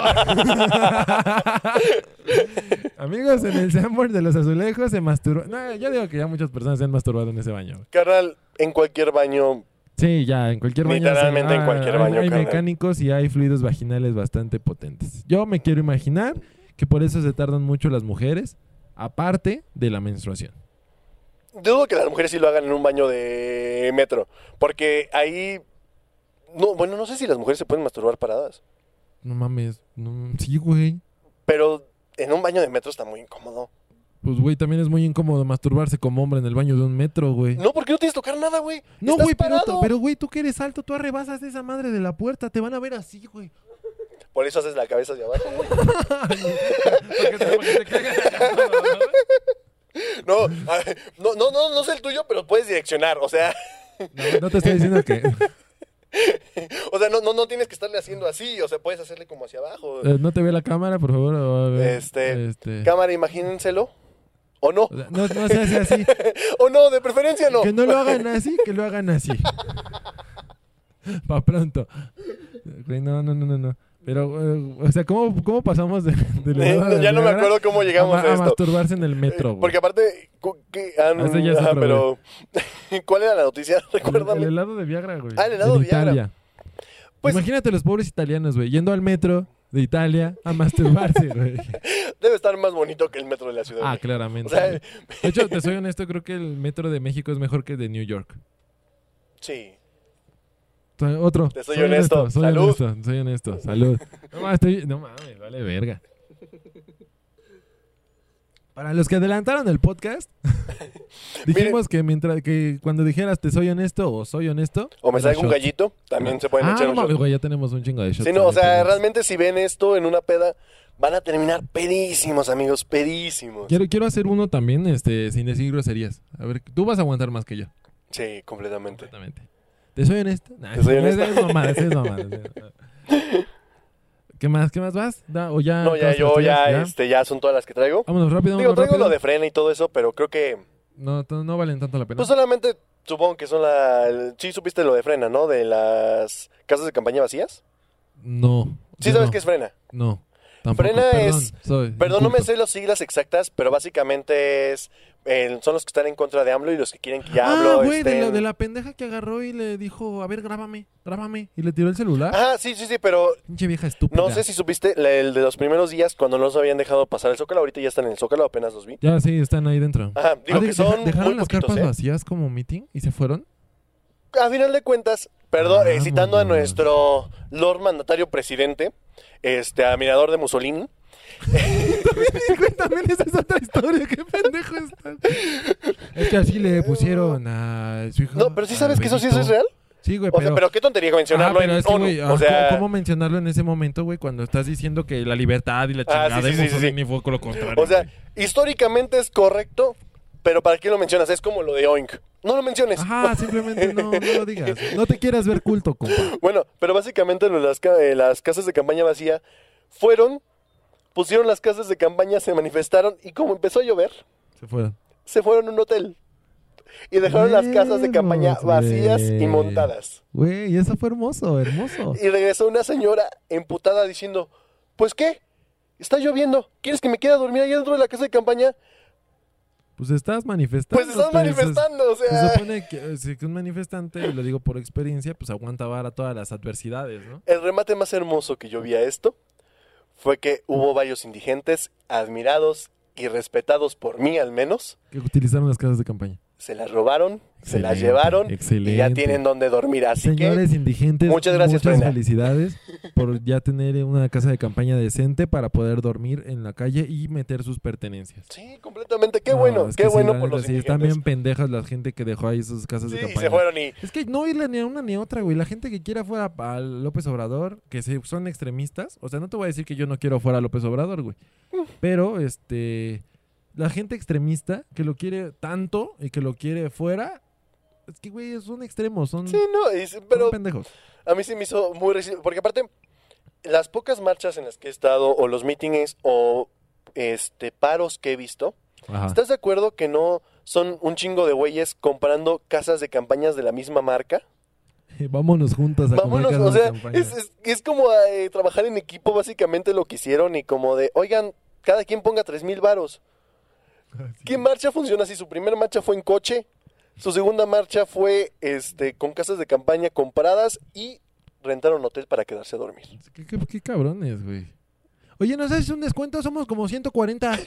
huevo! Amigos, en el Sanborns de los Azulejos se masturbó. No, yo digo que ya muchas personas se han masturbado en ese baño. Carnal, en cualquier baño... Sí, ya, en cualquier baño. Literalmente en cualquier baño, Hay carnal. mecánicos y hay fluidos vaginales bastante potentes. Yo me quiero imaginar que por eso se tardan mucho las mujeres, aparte de la menstruación. Dudo que las mujeres sí lo hagan en un baño de metro. Porque ahí... No, bueno, no sé si las mujeres se pueden masturbar paradas. No mames. No, sí, güey. Pero en un baño de metro está muy incómodo. Pues, güey, también es muy incómodo masturbarse como hombre en el baño de un metro, güey. No, porque no tienes que tocar nada, güey. No, Estás güey, parado. pero, güey, tú que eres alto, tú arrebasas esa madre de la puerta. Te van a ver así, güey. Por eso haces la cabeza hacia abajo, güey. Porque te caigas todo, ¿no? No sé el tuyo, pero puedes direccionar. O sea, No te estoy diciendo que... no tienes que estarle haciendo así. O sea, puedes hacerle como hacia abajo. no te ve la cámara, por favor. A ver, Cámara, imagínenselo. ¿O no? O sea, no se hace así. ¿O no? De preferencia no. Que no lo hagan así, que lo hagan así. Pa' pronto. Güey, no. Pero, o sea, ¿cómo pasamos de Ya no me acuerdo cómo llegamos a a esto. masturbarse en el metro, güey? Porque aparte... Ese ya es otro, pero... ¿Cuál era la noticia? El Recuérdame. helado de Viagra, güey. Ah, el helado En de Viagra. Italia. Pues- Imagínate los pobres italianos, güey, yendo al metro de Italia a masturbarse, güey. Debe estar más bonito que el metro de la ciudad. de Ah, México. claramente. O sea, güey. De hecho, te soy honesto, creo que el metro de México es mejor que el de New York. sí. Otro. Te soy honesto. Salud. Soy honesto. Salud. No mames, vale verga. Para los que adelantaron el podcast, dijimos que cuando dijeras te soy honesto o soy honesto. O me era salga un shot. gallito, también se pueden echar no un mames, shot. güey, ya tenemos un chingo de shots. Sí, no, o sea, también. realmente si ven esto en una peda, van a terminar pedísimos, amigos, pedísimos. Quiero hacer uno también, sin decir groserías. A ver, tú vas a aguantar más que yo. Sí, completamente. Completamente. ¿Te soy honesto? Nah, ¿Te soy honesto? Es mamada, es mamada. ¿Qué más vas? ¿O ya? No, ya, todas yo las tuyas? ya son todas las que traigo. Vámonos rápido, Digo, traigo rápido. lo de frena y todo eso, pero creo que... No valen tanto la pena. Pues solamente supongo que son sí supiste lo de frena, ¿no? De las casas de campaña vacías. No. Sí yo sabes no. qué es frena. No. Tampoco. Frena Perdón, Perdón, no me inculto. sé las siglas exactas, pero básicamente son los que están en contra de AMLO y los que quieren que ya AMLO güey, estén... de la pendeja que agarró y le dijo, a ver, grábame. Y le tiró el celular. Ajá, sí, pero Pinche vieja estúpida. no sé si supiste el de los primeros días cuando no nos habían dejado pasar el Zócalo. Ahorita ya están en el Zócalo, apenas los vi. Ya, sí, están ahí dentro. Ajá, digo que son ¿Dejaron muy las poquitos, carpas ¿eh? vacías como meeting y se fueron? A final de cuentas, perdón, citando a Vámonos. nuestro Lord Mandatario Presidente, admirador de Mussolini. Güey, también esa es otra historia, qué pendejo estás. Es que así le pusieron a su hijo. No, pero sí sabes a que eso sí Benito. es real. Sí, güey, O sea, pero qué tontería mencionarlo pero en es que, ONU. güey, O sea, ¿cómo mencionarlo en ese momento, güey? Cuando estás diciendo que la libertad y la chingada sí, de sí, sí, Mussolini fue con lo contrario. o sea, güey. históricamente es correcto, pero ¿para qué lo mencionas? Es como lo de Oink. No lo menciones. Ajá, simplemente no lo digas. No te quieras ver culto, compa. Bueno, pero básicamente las casas de campaña vacía pusieron las casas de campaña, se manifestaron y como empezó a llover, Se fueron. se fueron a un hotel. Y dejaron las casas de campaña Huevos, vacías y güey. montadas. Güey, eso fue hermoso. Y regresó una señora emputada diciendo, ¿pues qué? Está lloviendo. ¿Quieres que me quede a dormir ahí dentro de la casa de campaña? Pues estás manifestando. Pues estás manifestando, o Se sea... supone que un manifestante, y lo digo por experiencia, pues aguanta vara todas las adversidades, ¿no? El remate más hermoso que yo vi a esto fue que hubo varios indigentes admirados y respetados por mí al menos. Que utilizaron las casas de campaña. Se las robaron, se las Excelente, llevaron y ya excelente. tienen donde dormir. Así Señores indigentes, muchas gracias, muchas Brenda. felicidades por ya tener una casa de campaña decente para poder dormir en la calle y meter sus pertenencias. sí, completamente. Qué No, bueno, es qué que sí, bueno la por neta, los sí, indigentes. están bien pendejas la gente que dejó ahí sus casas de Sí, y campaña. se fueron y... Es que no irle ni a una ni a otra, güey. La gente que quiera fuera a López Obrador, que son extremistas. O sea, no te voy a decir que yo no quiero fuera a López Obrador, güey. Pero, la gente extremista que lo quiere tanto y que lo quiere fuera, es que, güey, son extremos, son, Sí, no, pero son pendejos. a mí se me hizo muy reciente. Porque aparte, las pocas marchas en las que he estado, o los meetings, o paros que he visto, Ajá. ¿estás de acuerdo que no son un chingo de güeyes comprando casas de campañas de la misma marca? Vámonos juntos a Vámonos, comer o casas de sea, campaña. es como trabajar en equipo básicamente lo que hicieron y como de, oigan, cada quien ponga 3,000 varos. Sí. ¿Qué marcha funciona así? Su primera marcha fue en coche, su segunda marcha fue con casas de campaña compradas y rentaron hotel para quedarse a dormir. ¿Qué cabrones, güey? Oye, ¿nos haces un descuento? Somos como 140.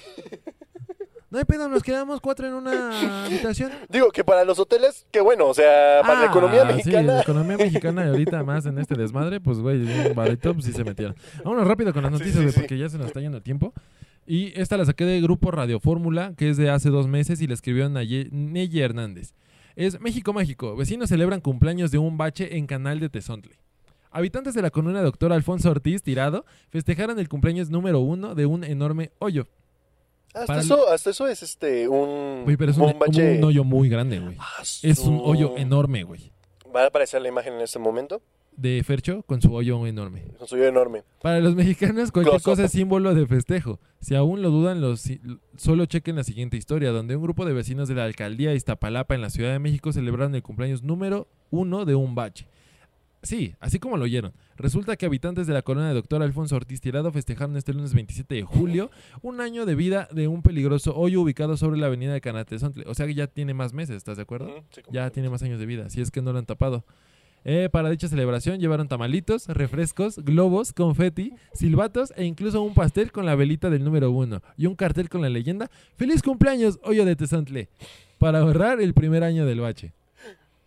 No hay pedo, nos quedamos 4 en una habitación. Digo que para los hoteles, qué bueno, o sea, para la economía Sí, mexicana. la economía mexicana y ahorita más en este desmadre, pues, güey, un barito, pues sí se metieron. Vámonos rápido con las noticias, sí, güey, sí. porque ya se nos está yendo el tiempo. Y esta la saqué de Grupo Radio Fórmula, que es de hace 2 meses y la escribió Neye Hernández. Es México Mágico. Vecinos celebran cumpleaños de un bache en Canal de Tezontle. Habitantes de la comuna Doctor Alfonso Ortiz Tirado festejaron el cumpleaños número 1 de un enorme hoyo. Hasta eso es un Güey, pero es un bache. un hoyo muy grande, güey. Ah, Es un hoyo enorme, güey. Va a aparecer la imagen en este momento. De Fercho con su hoyo enorme. Con su hoyo enorme. Para los mexicanos, cualquier Close up. cosa es símbolo de festejo. Si aún lo dudan, solo chequen la siguiente historia, donde un grupo de vecinos de la alcaldía Iztapalapa en la Ciudad de México celebraron el cumpleaños número 1 de un bache. Sí, así como lo oyeron. Resulta que habitantes de la colonia de Doctor Alfonso Ortiz Tirado festejaron este lunes 27 de julio un año de vida de un peligroso hoyo ubicado sobre la avenida de Canatezontle. O sea que ya tiene más meses, ¿estás de acuerdo? Ujú, sí, Ya tiene más años de vida, si es que no lo han tapado. Para dicha celebración llevaron tamalitos, refrescos, globos, confeti, silbatos e incluso un pastel con la velita del número 1 y un cartel con la leyenda ¡Feliz cumpleaños, hoyo de Tezontle! Para ahorrar el primer año del bache.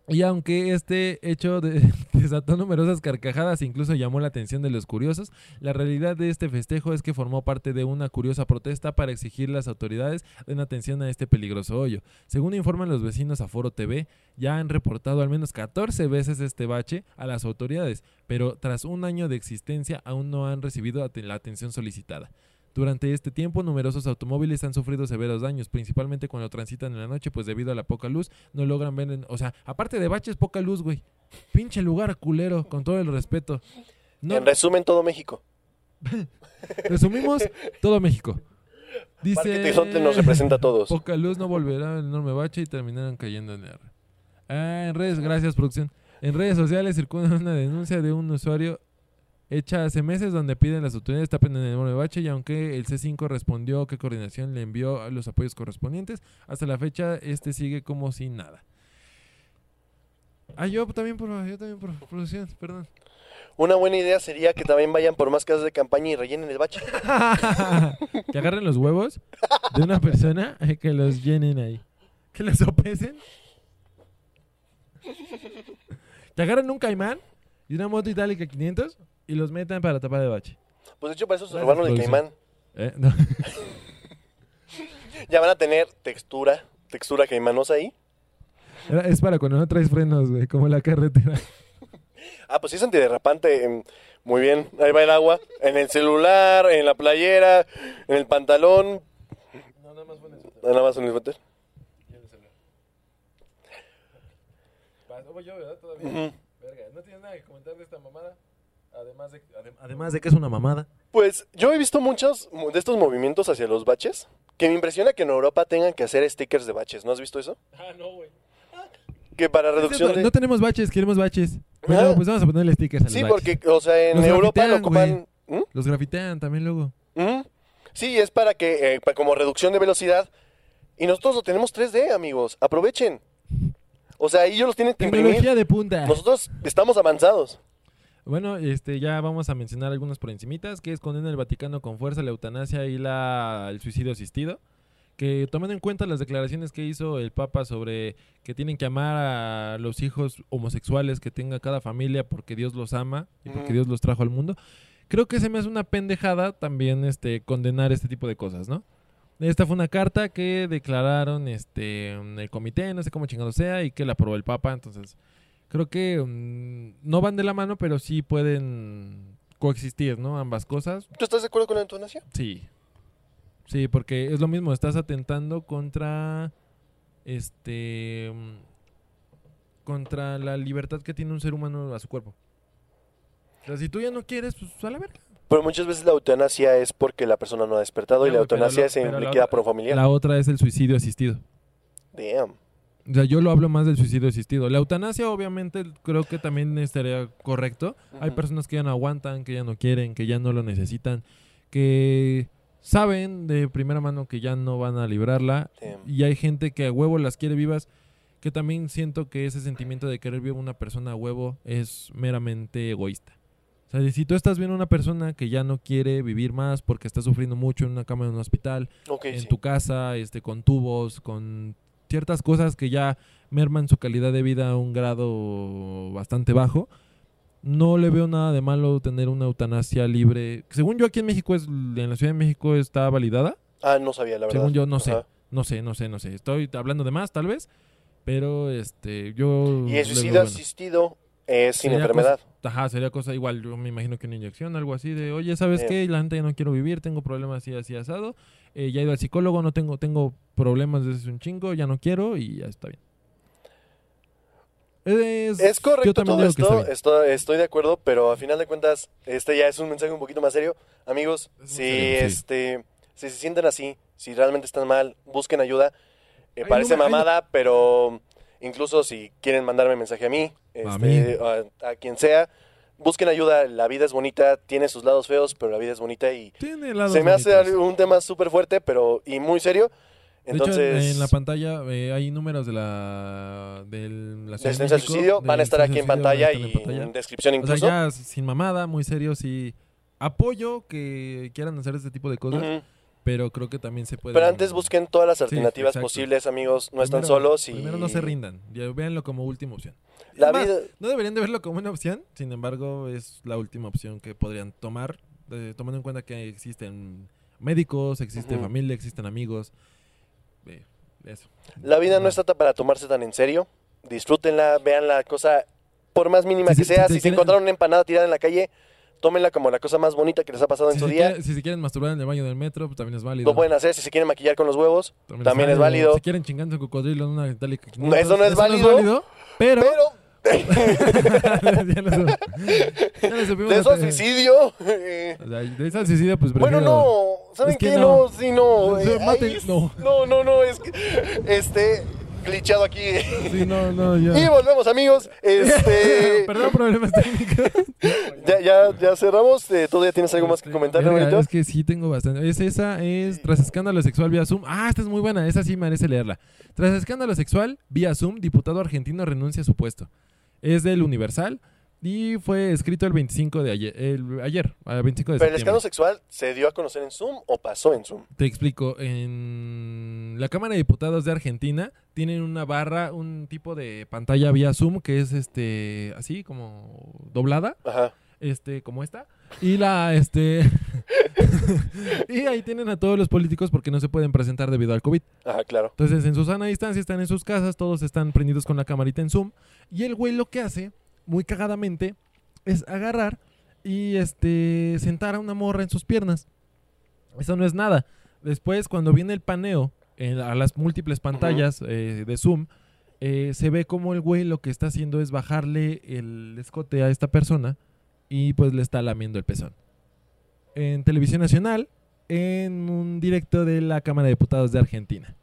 Y aunque este hecho desató numerosas carcajadas e incluso llamó la atención de los curiosos, la realidad de este festejo es que formó parte de una curiosa protesta para exigir las autoridades den atención a este peligroso hoyo. Según informan los vecinos a Foro TV, ya han reportado al menos 14 veces este bache a las autoridades, pero tras un año de existencia aún no han recibido la atención solicitada. Durante este tiempo, numerosos automóviles han sufrido severos daños, principalmente cuando transitan en la noche, pues debido a la poca luz, no logran ver... O sea, aparte de baches, poca luz, güey. Pinche lugar culero, con todo el respeto. No, En resumen, todo México. resumimos, todo México. Parque Dice... Tezontle nos representa a todos. Poca luz no volverá el enorme bache y terminaron cayendo en R. En redes, gracias producción. En redes sociales circula una denuncia de un usuario hecha hace meses donde piden las autoridades tapen el enorme bache y aunque el C5 respondió que coordinación le envió los apoyos correspondientes, hasta la fecha este sigue como sin nada. Yo también por producción, perdón. Una buena idea sería que también vayan por más casas de campaña y rellenen el bache. Que agarren los huevos de una persona que los llenen ahí. Que los sopesen. Que agarren un Caimán y una moto itálica 500 y los metan para tapar el bache. Pues de hecho para eso se Gracias, robaron el producción. Caimán. No. Ya van a tener textura caimanosa ahí. Es para cuando no traes frenos, güey, como la carretera. Ah, pues sí es antiderrapante. Muy bien, ahí va el agua. En el celular, en la playera, en el pantalón. No, nada más fue en eso. Nada más en el suéter. Yo, ¿verdad? Todavía. Ujú. Verga, ¿no tienes nada que comentar de esta mamada? Además de que es una mamada. Pues yo he visto muchos de estos movimientos hacia los baches, que me impresiona que en Europa tengan que hacer stickers de baches. ¿No has visto eso? No, güey. Que para reducción de... No tenemos baches, queremos baches. Bueno, Ah. pues vamos a ponerle stickers a los Sí, baches. porque, o sea, en Los Europa lo grafitean, ocupan... ¿Mm? Los grafitean también luego. ¿Mm? Sí, es para que, como reducción de velocidad. Y nosotros lo tenemos 3D, amigos. Aprovechen. O sea, ellos los tienen que imprimir. Tecnología de punta. Nosotros estamos avanzados. Bueno, ya vamos a mencionar algunos por encimitas, que es condena el Vaticano con fuerza la eutanasia y el suicidio asistido. Que tomando en cuenta las declaraciones que hizo el Papa sobre que tienen que amar a los hijos homosexuales que tenga cada familia porque Dios los ama y porque Dios los trajo al mundo, creo que se me hace una pendejada también condenar este tipo de cosas, ¿no? Esta fue una carta que declararon el comité, no sé cómo chingado sea, y que la aprobó el Papa, entonces creo que no van de la mano, pero sí pueden coexistir, ¿no? Ambas cosas. ¿Tú estás de acuerdo con la eutanasia? Sí. Sí, porque es lo mismo, estás atentando contra contra la libertad que tiene un ser humano a su cuerpo. O sea, si tú ya no quieres, pues a la verga. Pero muchas veces la eutanasia es porque la persona no ha despertado y la eutanasia es liquida por un familiar. La otra es el suicidio asistido. Damn. O sea, yo lo hablo más del suicidio asistido. La eutanasia, obviamente, creo que también estaría correcto. Hay personas que ya no aguantan, que ya no quieren, que ya no lo necesitan, que saben de primera mano que ya no van a librarla. Damn. Y hay gente que a huevo las quiere vivas, que también siento que ese sentimiento de querer viva una persona a huevo es meramente egoísta. O sea, si tú estás viendo a una persona que ya no quiere vivir más porque está sufriendo mucho en una cama de un hospital, Okay, en sí. tu casa, con tubos, con ciertas cosas que ya merman su calidad de vida a un grado bastante bajo, no le veo nada de malo tener una eutanasia libre. Según yo aquí en México, en la Ciudad de México está validada. Ah, no sabía, la verdad. Según yo, no sé. Ajá. No sé. Estoy hablando de más, tal vez. Pero yo... Y le el veo suicidio bueno. asistido es sin Sería enfermedad. Sería cosa igual, yo me imagino que una inyección, algo así de, oye, ¿sabes qué? La gente ya no quiero vivir, tengo problemas así asado, ya he ido al psicólogo, tengo problemas desde hace un chingo, ya no quiero y ya está bien. Es correcto yo también todo digo que está esto, bien. estoy de acuerdo, pero a final de cuentas, ya es un mensaje un poquito más serio. Amigos, Es si muy serio, si se sienten así, si realmente están mal, busquen ayuda. Hay Parece número- hay- mamada, pero incluso si quieren mandarme mensaje a mí, mí. a quien sea, busquen ayuda. La vida es bonita, tiene sus lados feos, pero la vida es bonita y Tiene lados se me hace bonitos. un tema súper fuerte, pero y muy serio. Entonces, de hecho, en la pantalla hay números de la de Ciudad de asistencia al México, suicidio de van a estar aquí en asistencia al pantalla suicidio, van a y estar en pantalla. en descripción O sea, incluso. ya sin mamada, muy serio, sí. Apoyo que quieran hacer este tipo de cosas. Ujú. pero creo que también se puede... Pero antes busquen todas las alternativas exacto. posibles, amigos. No están Primero- solos y... Primero no se rindan, ya véanlo como última opción. La Es más, vida- no deberían de verlo como una opción, sin embargo es la última opción que podrían tomar, tomando en cuenta que existen médicos, existe Ujú. familia, existen amigos. Eso. La vida no Ajá. está para tomarse tan en serio. Disfrútenla, vean la cosa, por más mínima Sí, que sí, sea. sí, Si se quieren- encontraron una empanada tirada en la calle, tómenla como la cosa más bonita que les ha pasado en Si su se, día. si se quieren masturbar en el baño del metro, pues también es válido. Lo pueden hacer. Si se quieren maquillar con los huevos, también es válido. Si quieren chingarse un cocodrilo en una itálica. No, eso no es válido, pero... Pero ya lo supimos. de eso al suicidio. O sea, de esa suicidio, pues Bueno, prefiero... no. ¿Saben Es que qué? no. No, sí, no. Sí, maten- ahí es- no. no. Es que, glitchado aquí. Sí, no, ya. Y volvemos, amigos. Perdón, problemas técnicos. Ya cerramos. ¿Todavía tienes algo más que comentar, Verga, hermanito? es que sí tengo bastante. Es tras escándalo sexual vía Zoom. Ah, esta es muy buena, esa sí merece leerla. Tras escándalo sexual vía Zoom, diputado argentino renuncia a su puesto. Es del Universal y fue escrito el 25 de ayer, ayer, el 25 de ¿Pero el septiembre. escándalo sexual se dio a conocer en Zoom o pasó en Zoom? Te explico, en la Cámara de Diputados de Argentina tienen una barra, un tipo de pantalla vía Zoom que es así como doblada, Ajá. como esta, y y ahí tienen a todos los políticos porque no se pueden presentar debido al COVID. Ajá, claro. Entonces, en su sana distancia, están en sus casas, todos están prendidos con la camarita en Zoom. Y el güey lo que hace, muy cagadamente, es agarrar y sentar a una morra en sus piernas. Eso no es nada. Después, cuando viene el paneo a las múltiples pantallas de Zoom, se ve como el güey lo que está haciendo es bajarle el escote a esta persona y pues le está lamiendo el pezón. En Televisión Nacional, en un directo de la Cámara de Diputados de Argentina.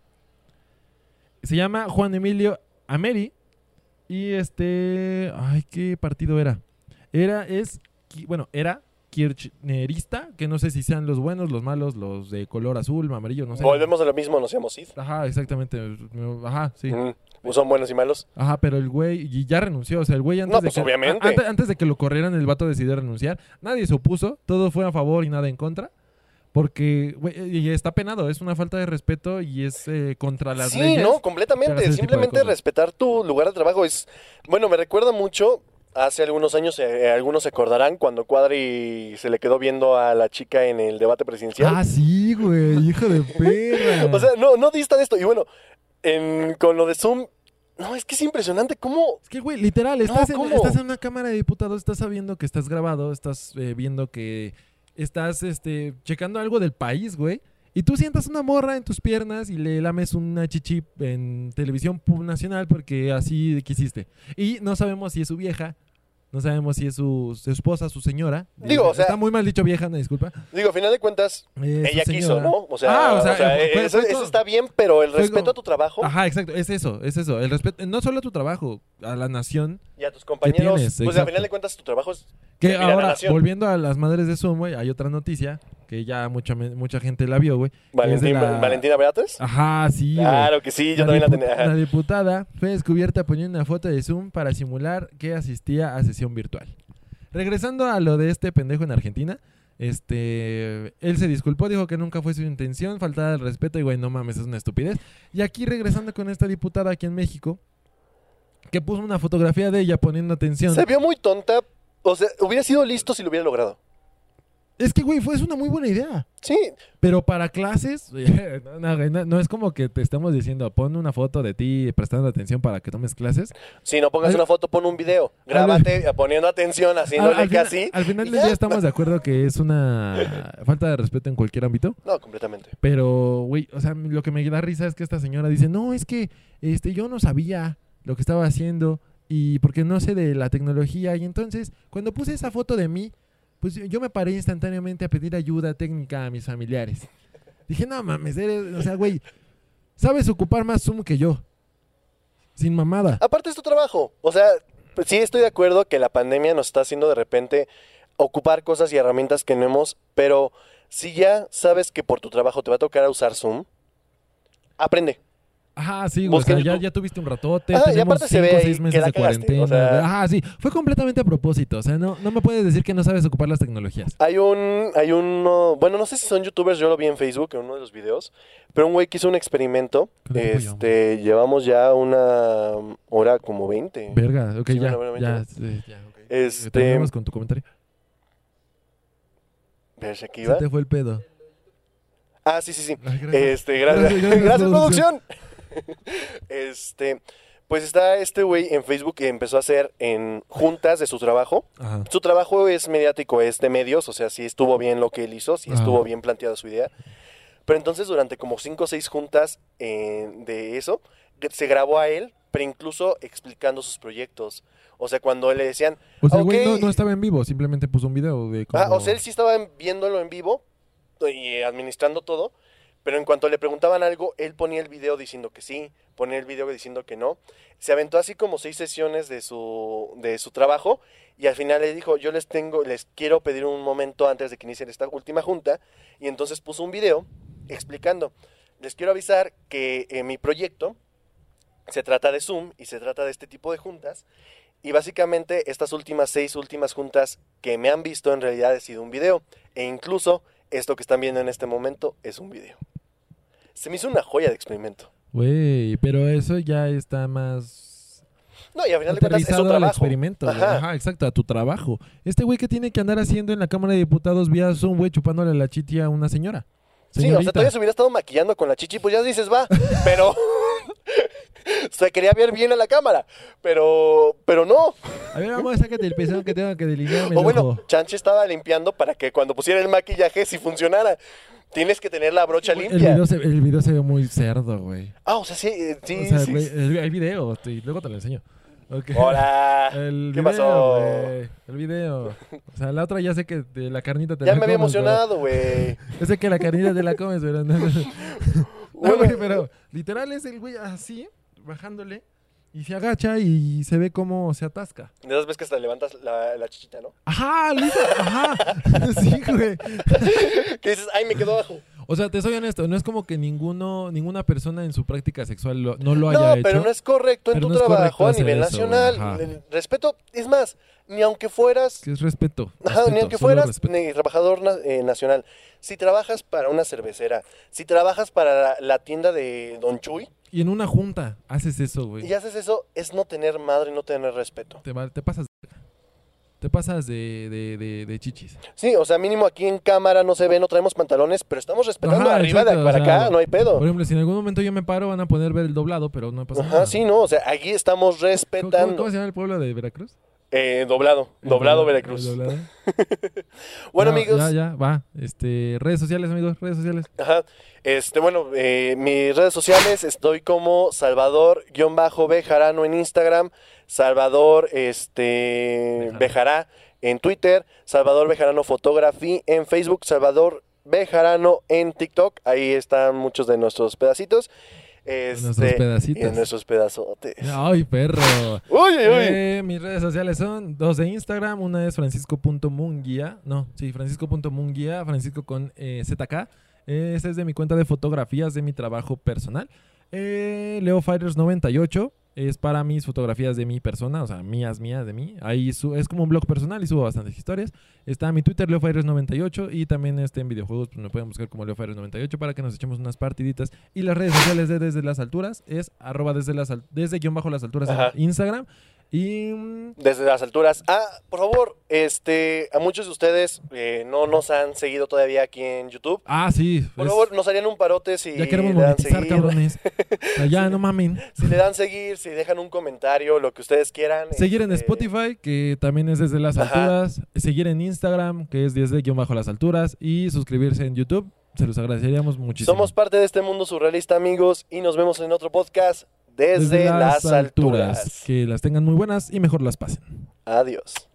Se llama Juan Emilio Ameri. Y ay, ¿qué partido era? Era kirchnerista, que no sé si sean los buenos, los malos, los de color azul, amarillo, no sé. Volvemos a lo mismo, nos llamamos Sid. Ajá, exactamente. Ajá, sí. Son buenos y malos. Ajá, pero el güey y ya renunció. O sea, el güey antes No, de pues que, obviamente. antes de que lo corrieran, el vato decidió renunciar. Nadie se opuso. Todo fue a favor y nada en contra. Porque, güey, y está penado. Es una falta de respeto y es contra las Sí, leyes. no, que hagas completamente. ese tipo de Simplemente cosas. respetar tu lugar de trabajo es... Bueno, me recuerda mucho, hace algunos años, algunos se acordarán, cuando Cuadri se le quedó viendo a la chica en el debate presidencial. Ah, sí, güey. Hijo de perra. O sea, no dista de esto. Y bueno, con lo de Zoom, no, es que es impresionante cómo... es que, güey, literal, estás ¿cómo? en una cámara de diputados, estás sabiendo que estás grabado, estás viendo que estás checando algo del país, güey. Y tú sientas una morra en tus piernas y le lames una chichi en televisión nacional porque así quisiste. Y no sabemos si es su vieja, no sabemos si es su esposa, su señora. Digo, o sea- Está muy mal dicho vieja, una disculpa. Digo, a final de cuentas, Su ella quiso, señora. ¿no? O sea, fue eso todo. está bien, pero el Fue respeto como- a tu trabajo Ajá, exacto, es eso. El respeto, no solo a tu trabajo, a la nación. y a tus compañeros, tienes? pues a Exacto. final de cuentas tu trabajo es... Que servir a la ahora, nación. volviendo a las madres de Zoom, güey, hay otra noticia que ya mucha gente la vio, güey. que es de Valentina Beatriz. Ajá, sí, güey. Claro que sí, yo también la tenía. La Ajá. diputada fue descubierta poniendo una foto de Zoom para simular que asistía a sesión virtual. Regresando a lo de este pendejo en Argentina, él se disculpó, dijo que nunca fue su intención, faltaba el respeto y güey, no mames, es una estupidez. Y aquí regresando con esta diputada aquí en México, que puso una fotografía de ella poniendo atención. Se vio muy tonta. O sea, hubiera sido listo si lo hubiera logrado. Es que, güey, es una muy buena idea. Sí, Pero para clases, no es como que te estamos diciendo, pon una foto de ti prestando atención para que tomes clases. si no pongas Al- una foto, pon un video. Grábate poniendo atención, haciéndole casi. Al final y del día estamos de acuerdo que es una falta de respeto en cualquier ámbito. No, completamente. Pero, güey, o sea, lo que me da risa es que esta señora dice, no, es que yo no sabía lo que estaba haciendo y porque no sé de la tecnología. Y entonces, cuando puse esa foto de mí, pues yo me paré instantáneamente a pedir ayuda técnica a mis familiares. Dije, no mames, o sea, güey, sabes ocupar más Zoom que yo. Sin mamada. Aparte es tu trabajo. O sea, pues sí estoy de acuerdo que la pandemia nos está haciendo de repente ocupar cosas y herramientas que no hemos, pero si ya sabes que por tu trabajo te va a tocar usar Zoom, aprende. Ajá, sí, güey. O sea, ya tuviste un ratote. Ajá, y tenemos aparte se ve 5 o ahí 6 que meses la de cagaste, cuarentena. o sea- güey. Ajá, sí. Fue completamente a propósito. O sea, no me puedes decir que no sabes ocupar las tecnologías. Hay uno, bueno, no sé si son youtubers, yo lo vi en Facebook en uno de los videos, pero un güey que hizo un experimento. ¿Cuánto tiempo Llevamos ya una hora como 20. Verga, ok, Sí, ya. bueno, Ya, bueno, ya, ok. Este- Terminamos con tu comentario. ¿Ves aquí Se va? te fue el pedo. Ah, sí, sí, sí. Ay, gracias. Gracias, Gracias, gracias, producción. producción. Pues está este güey en Facebook que empezó a hacer en juntas de su trabajo. Ajá. Su trabajo es mediático, es de medios, o sea, sí estuvo bien lo que él hizo, sí Ajá. estuvo bien planteada su idea. Pero entonces durante como 5 o 6 juntas de eso, se grabó a él, pero incluso explicando sus proyectos. O sea, cuando le decían... O sea, "Ah, el güey ok". no estaba en vivo, simplemente puso un video de cómo... O sea, él sí estaba viéndolo en vivo y administrando todo, pero en cuanto le preguntaban algo, él ponía el video diciendo que sí, ponía el video diciendo que no. Se aventó así como 6 sesiones de su trabajo y al final le dijo, les quiero pedir un momento antes de que inicie esta última junta, y entonces puso un video explicando, les quiero avisar que mi proyecto se trata de Zoom y se trata de este tipo de juntas. Y básicamente estas últimas 6 juntas que me han visto en realidad ha sido un video. E incluso esto que están viendo en este momento es un video. Se me hizo una joya de experimento. Güey, pero eso ya está más... No, y al final de cuentas es su aterrizado al trabajo. experimento, güey. Ajá. Ajá, exacto, a tu trabajo. Este güey que tiene que andar haciendo en la Cámara de Diputados vía Zoom, güey, chupándole la chiti a una señora. Sí, o sea, Señorita. todavía se hubiera estado maquillando con la chichi, pues ya dices, va. Pero... se quería ver bien a la cámara. Pero no. A ver, vamos, sácate el pezón que tengo que delinearme O el bueno, ojo. Chanchi estaba limpiando para que cuando pusiera el maquillaje sí funcionara. Tienes que tener la brocha El limpia. video se ve muy cerdo, güey. O sea, sí, sí, O sea, sí. güey, hay video, y luego te lo enseño. Ok. Hola. El ¿Qué video, pasó? güey, el video. O sea, la otra ya sé que de la carnita te Ya la me había comes, pero- emocionado, güey. Yo sé que la carnita te la comes, pero no. No, güey, pero literal es el güey así, bajándole, y se agacha y se ve cómo se atasca. De esas veces que hasta levantas la chichita, ¿no? Ajá, listo, ajá. Sí, güey. Que dices, ay, me quedó abajo. O sea, te soy honesto, no es como que ninguna persona en su práctica sexual no lo haya No, hecho. pero no es correcto en Pero tu no es trabajo correcto a hacer nivel eso, nacional. güey, ajá. El respeto, es más, ni aunque fueras... Que es respeto. Ajá, respeto, ni aunque solo fueras respeto. trabajador nacional. Si trabajas para una cervecera, si trabajas para la tienda de Don Chuy Y en una junta haces eso, güey. y haces eso, es no tener madre y no tener respeto. Te pasas de... Te pasas de chichis. Sí, o sea, mínimo aquí en cámara no se ve, no traemos pantalones, pero estamos respetando Ajá, arriba exacto, de para o sea, acá, no hay pedo. Por ejemplo, si en algún momento yo me paro, van a poder ver el doblado, pero no pasa Ajá, nada. sí, no, o sea, aquí estamos ¿Cómo respetando. se llama el pueblo de Veracruz? Doblado El Veracruz. el doblado. Bueno, No, amigos, Ya, va. Redes sociales, amigos, redes sociales. ajá, mis redes sociales, estoy como Salvador-Bejarano en Instagram, Salvador, Bejará en Twitter, Salvador Bejarano Photography en Facebook, Salvador Bejarano en TikTok, ahí están muchos de nuestros pedacitos. Nuestros pedacitos. Y de nuestros pedazotes. Ay, perro. Uy, uy, uy. Mis redes sociales son 2 de Instagram. Una es francisco.munguía. No, sí, francisco.munguía. Francisco con ZK. Esta es de mi cuenta de fotografías de mi trabajo personal. Leo Fighters 98 es para mis fotografías de mi persona, o sea, mías de mí. Ahí es como un blog personal y subo bastantes historias. Está mi Twitter, Leo Fighters 98, y también en videojuegos, pues me pueden buscar como Leo Fighters 98 para que nos echemos unas partiditas. Y las redes sociales de Desde las Alturas es @desde_las_alturas Ajá. en Instagram. Y Desde las alturas. Por favor, a muchos de ustedes no nos han seguido todavía aquí en YouTube. sí, Por favor, nos harían un parote si ya queremos le dan monetizar, seguir. cabrones. O sea, ya no mamen. Si le dan seguir, si dejan un comentario, lo que ustedes quieran. Seguir en Spotify, que también es Desde las Ajá. Alturas. Seguir en Instagram, que es Desde_las Alturas. Y suscribirse en YouTube. Se los agradeceríamos muchísimo. Somos parte de este mundo surrealista, amigos, y nos vemos en otro podcast desde las alturas. Que las tengan muy buenas y mejor las pasen. Adiós.